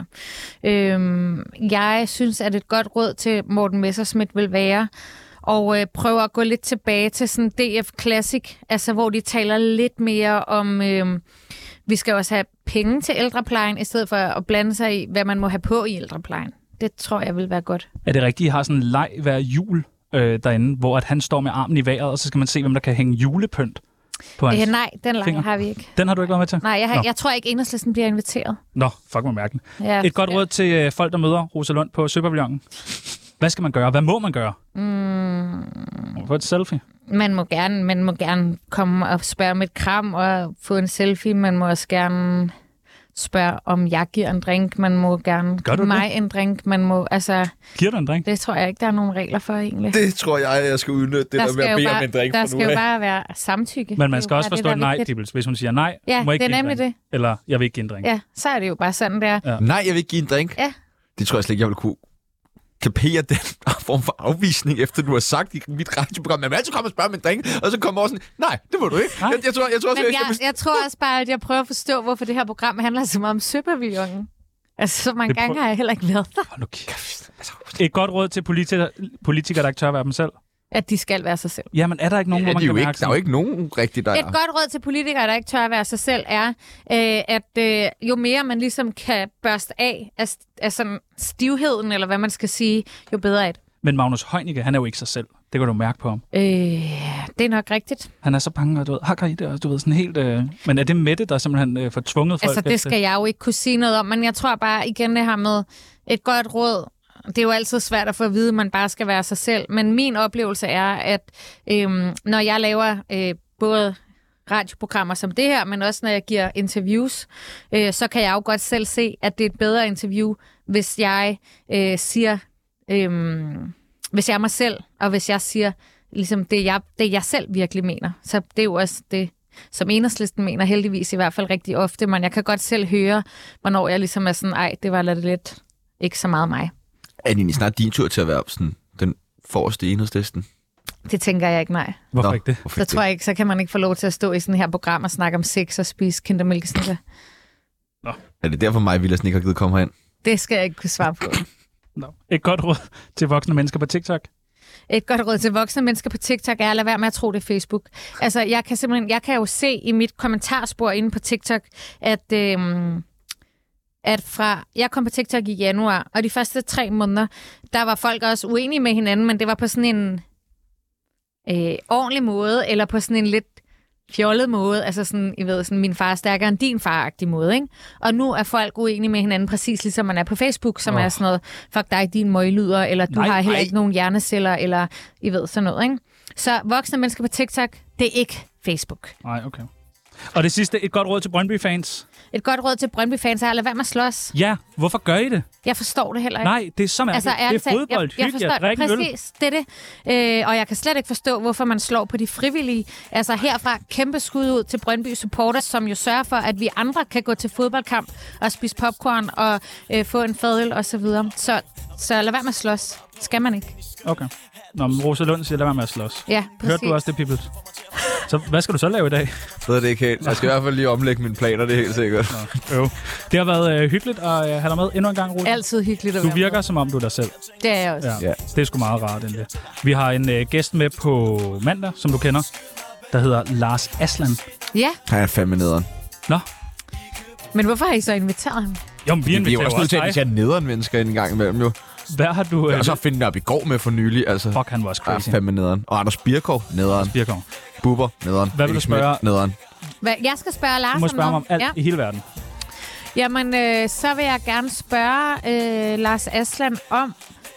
Øh, jeg synes, at et godt råd til Morten Messerschmidt vil være og øh, prøve at gå lidt tilbage til sådan D F Classic, altså hvor de taler lidt mere om... Øh, vi skal også have penge til ældreplejen, i stedet for at blande sig i, hvad man må have på i ældreplejen. Det tror jeg vil være godt. Er det rigtigt, at I har sådan en leg hver jul øh, derinde, hvor at han står med armen i vejret, og så skal man se, hvem der kan hænge julepynt på hans øh, Nej, den leg finger. har vi ikke. Den har du ikke været med til? Nej, jeg, har, jeg tror ikke, Enhedslisten bliver inviteret. Nå, fuck mig mærken. Ja, Et godt ja. råd til øh, folk, der møder Rosa Lund på Søpavillonen. Hvad skal man gøre? Hvad må man gøre? Mm. Få et selfie. Man må gerne, man må gerne komme og spørge om et kram og få en selfie. Man må også gerne spørge, om jeg giver en drink. Man må gerne give mig det? en drink. Man må, altså... Giver du en drink? Det tror jeg ikke, der er nogen regler for, egentlig. Det tror jeg, jeg skal udnytte, det der, der med at bede bare, om en drink der for nu. Der skal jo bare være samtykke. Men man skal også det, forstå et nej, Dibbles. Hvis hun siger nej, ja, må ikke det er nemlig det. Eller jeg vil ikke give en drink. Ja, så er det jo bare sådan, der. Ja. Nej, jeg vil ikke give en drink. Ja. Det tror jeg slet ikke, jeg vil kunne kapere den form for afvisning, efter du har sagt i mit radioprogram. Man vil altid komme og spørge om en drink, og så kommer over sådan, nej, det må du ikke. Jeg, jeg, tror, jeg, tror, Men jeg, jeg, jeg tror også bare, at jeg prøver at forstå, hvorfor det her program handler så meget om Søpavillonen. Altså, så mange gange har jeg heller ikke været der. Et godt råd til politikere, politikere, der ikke tør være dem selv. At de skal være sig selv. Jamen, er der ikke nogen, ja, hvor man kan ikke, mærke der er jo ikke nogen rigtig, der Et godt råd til politikere, der ikke tør at være sig selv, er, øh, at øh, jo mere man ligesom kan børste af af, af sådan stivheden, eller hvad man skal sige, jo bedre er det. Men Magnus Heunicke, han er jo ikke sig selv. Det kan du mærke på ham. Øh, det er nok rigtigt. Han er så bange, og du ved, hakker i det, og du ved, sådan helt... Øh... Men er det Mette, der simpelthen øh, får tvunget folk? Altså, det skal jeg jo ikke kunne sige noget om, men jeg tror bare igen det her med et godt råd. Det er jo altid svært at få at vide, at man bare skal være sig selv. Men min oplevelse er, at øhm, når jeg laver øh, både radioprogrammer som det her, men også når jeg giver interviews, øh, så kan jeg jo godt selv se, at det er et bedre interview, hvis jeg øh, siger, øh, hvis jeg er mig selv, og hvis jeg siger ligesom det jeg, det, jeg selv virkelig mener. Så det er jo også det, som Enhedslisten mener, heldigvis i hvert fald rigtig ofte. Men jeg kan godt selv høre, hvornår jeg ligesom er sådan, ej, det var lidt ikke så meget mig. Er det egentlig snart din tur til at være sådan, den forreste i Enhedslisten? Det tænker jeg ikke, nej. Hvorfor Nå, ikke det? Hvorfor Så ikke tror jeg ikke, så kan man ikke få lov til at stå i sådan her program og snakke om sex og spise kindermælkesnitter. det? Er det derfor mig, Vilas ikke har givet komme herind? Det skal jeg ikke kunne svare på. No. Et godt råd til voksne mennesker på TikTok. Et godt råd til voksne mennesker på TikTok er at lade være med at tro, det er Facebook. Altså, jeg kan simpelthen, jeg kan jo se i mit kommentarspor inde på TikTok, at, øhm, at fra, jeg kom på TikTok i januar, og de første tre måneder, der var folk også uenige med hinanden, men det var på sådan en øh, ordentlig måde, eller på sådan en lidt fjollet måde, altså sådan, I ved, sådan min far er stærkere end din far-agtig måde, ikke? Og nu er folk uenige med hinanden, præcis ligesom man er på Facebook, som oh. er sådan noget, fuck dig, din møglyder, eller du nej, har heller nej. ikke nogen hjerneceller, eller I ved, sådan noget, ikke? Så voksne mennesker på TikTok, det er ikke Facebook. Nej, okay. Og det sidste, et godt råd til Brøndby-fans. Et godt råd til Brøndby-fans er at lade være med at slås. Ja, hvorfor gør I det? Jeg forstår det heller ikke. Nej, det er så mærkeligt. Altså, det er fodbold, jeg, jeg hygge, forstår, drikke øl. præcis, det er det. Øh, og jeg kan slet ikke forstå, hvorfor man slår på de frivillige. Altså herfra kæmpe skud ud til Brøndby supporters, som jo sørger for, at vi andre kan gå til fodboldkamp og spise popcorn og øh, få en fadøl og så videre. Så, så lad være med at slås. Skal man ikke. Okay. Nå, men Rosa Lund siger, lad være med at slås. Ja, præcis. Hørte du også det, Pibbles? Så hvad skal du så lave i dag? Det er det ikke helt. Jeg skal i hvert fald lige omlægge mine planer, det er helt sikkert. Nå, jo. Det har været øh, hyggeligt at øh, have dig med endnu en gang, Rosa. Altid hyggeligt at Du være virker, med. som om du er dig selv. Det er jeg også. Ja. ja. Det er sgu meget rart, endelig. Vi har en øh, gæst med på mandag, som du kender, der hedder Lars Aslan. Ja. Han er fandme nederen. Nå. Men hvorfor har I så inviteret ham? Jo, men vi Vi er inviterer jo også nødt til at invitere nederen mennesker en gang imellem, jo. Hvad har du... Øh, Og så finde den op i går med for nylig, altså. Fuck, han var også crazy. Ja, fandme nederen. Og Anders Birkov, nederen. Birkov. Bubber, nederen. Hvad vil du spørge? Nederen. Hvad, jeg skal spørge Lars Du må spørge om mig om alt ja. i hele verden. Jamen, øh, så vil jeg gerne spørge øh, Lars Aslan om...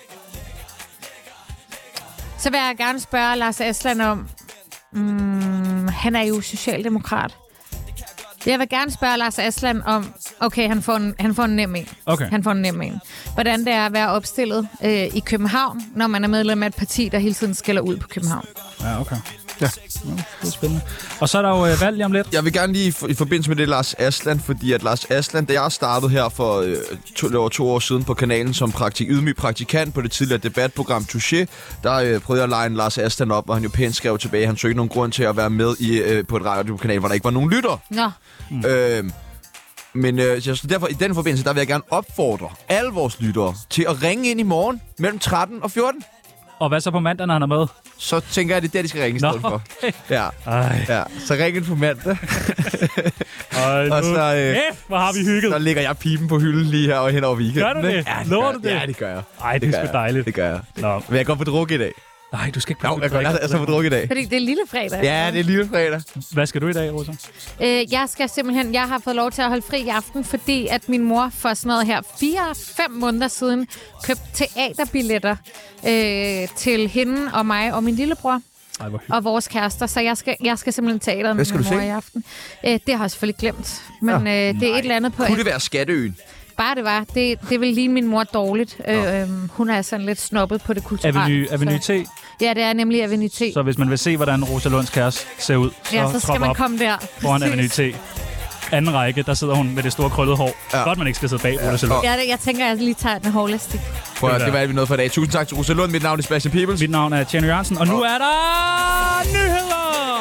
Så vil jeg gerne spørge Lars Aslan om... Mm, han er jo socialdemokrat. Jeg vil gerne spørge Lars Aslan om... Okay, han får en, han får en nem en. Okay. Han får en nem en. Hvordan det er at være opstillet øh, i København, når man er medlem af et parti, der hele tiden skælder ud på København. Ja, okay. Ja. Ja, det er spændende. Og så er der jo øh, valg lige om lidt. Jeg vil gerne lige i forbindelse med det Lars Aslan, fordi at Lars Aslan, da jeg startede her for øh, to, over to år siden på kanalen som praktik, ydmyg praktikant på det tidligere debatprogram Touché, der øh, prøvede jeg at line Lars Aslan op, og han jo pænt skrev tilbage. Han så ikke nogen grund til at være med i, øh, på et radiokanal, hvor der ikke var nogen lytter. Nå. Mm. Øh, men øh, så derfor i den forbindelse, der vil jeg gerne opfordre alle vores lyttere til at ringe ind i morgen mellem tretten og fjorten. Og hvad så på mandag, når han er med? Så tænker jeg, det er der, de skal ringe i stedet Nå, for. okay. Ja. ja. Så ring ind på mandag. Ej, og så, øh, F, hvor har vi hygget. Så lægger jeg pipen på hylden lige her og hen over weekenden. Gør du det? Ja, det Lover gør, du det? Ja, det gør jeg. Ej, det, det er sgu dejligt. Det gør jeg. Nå. Men jeg går på druk i dag. Nej, du skal ikke på druk. Jeg går altså på druk i dag. Fordi det er lille fredag. Ja, det er lille fredag. Hvad skal du i dag, Rosa? Øh, jeg skal simpelthen, jeg har fået lov til at holde fri i aften, fordi at min mor for sådan noget her fire fem måneder siden købte teaterbilletter øh, til hende og mig og min lillebror. Ej, og vores kærester, så jeg skal, jeg skal simpelthen teateret med min mor i aften. Øh, det har jeg selvfølgelig glemt, men ja. øh, det er et eller andet på... Kunne det være Skatteøen? Bare det var. Det, det vil ligne min mor dårligt. Øh, øh, hun er sådan lidt snobbet på det kulturelle. Avenue, Avenue T? Ja, det er nemlig Avenue T. Så hvis man vil se, hvordan Rosa Lunds kæreste ser ud, så, ja, så skal man op komme der. Foran Avenue T. Anden række, der sidder hun med det store krøllede hår. Ja. Godt, man ikke skal sidde bag ja. Rosa Lund. Ja, det, jeg tænker, at jeg lige tager den hårlastik. Prøv at, det var alt, vi nåede for i dag. Tusind tak til Rosa Lund. Mit navn er Sebastian Peebles. Mit navn er Tjerno Jørgensen. Og nu er der nyheder!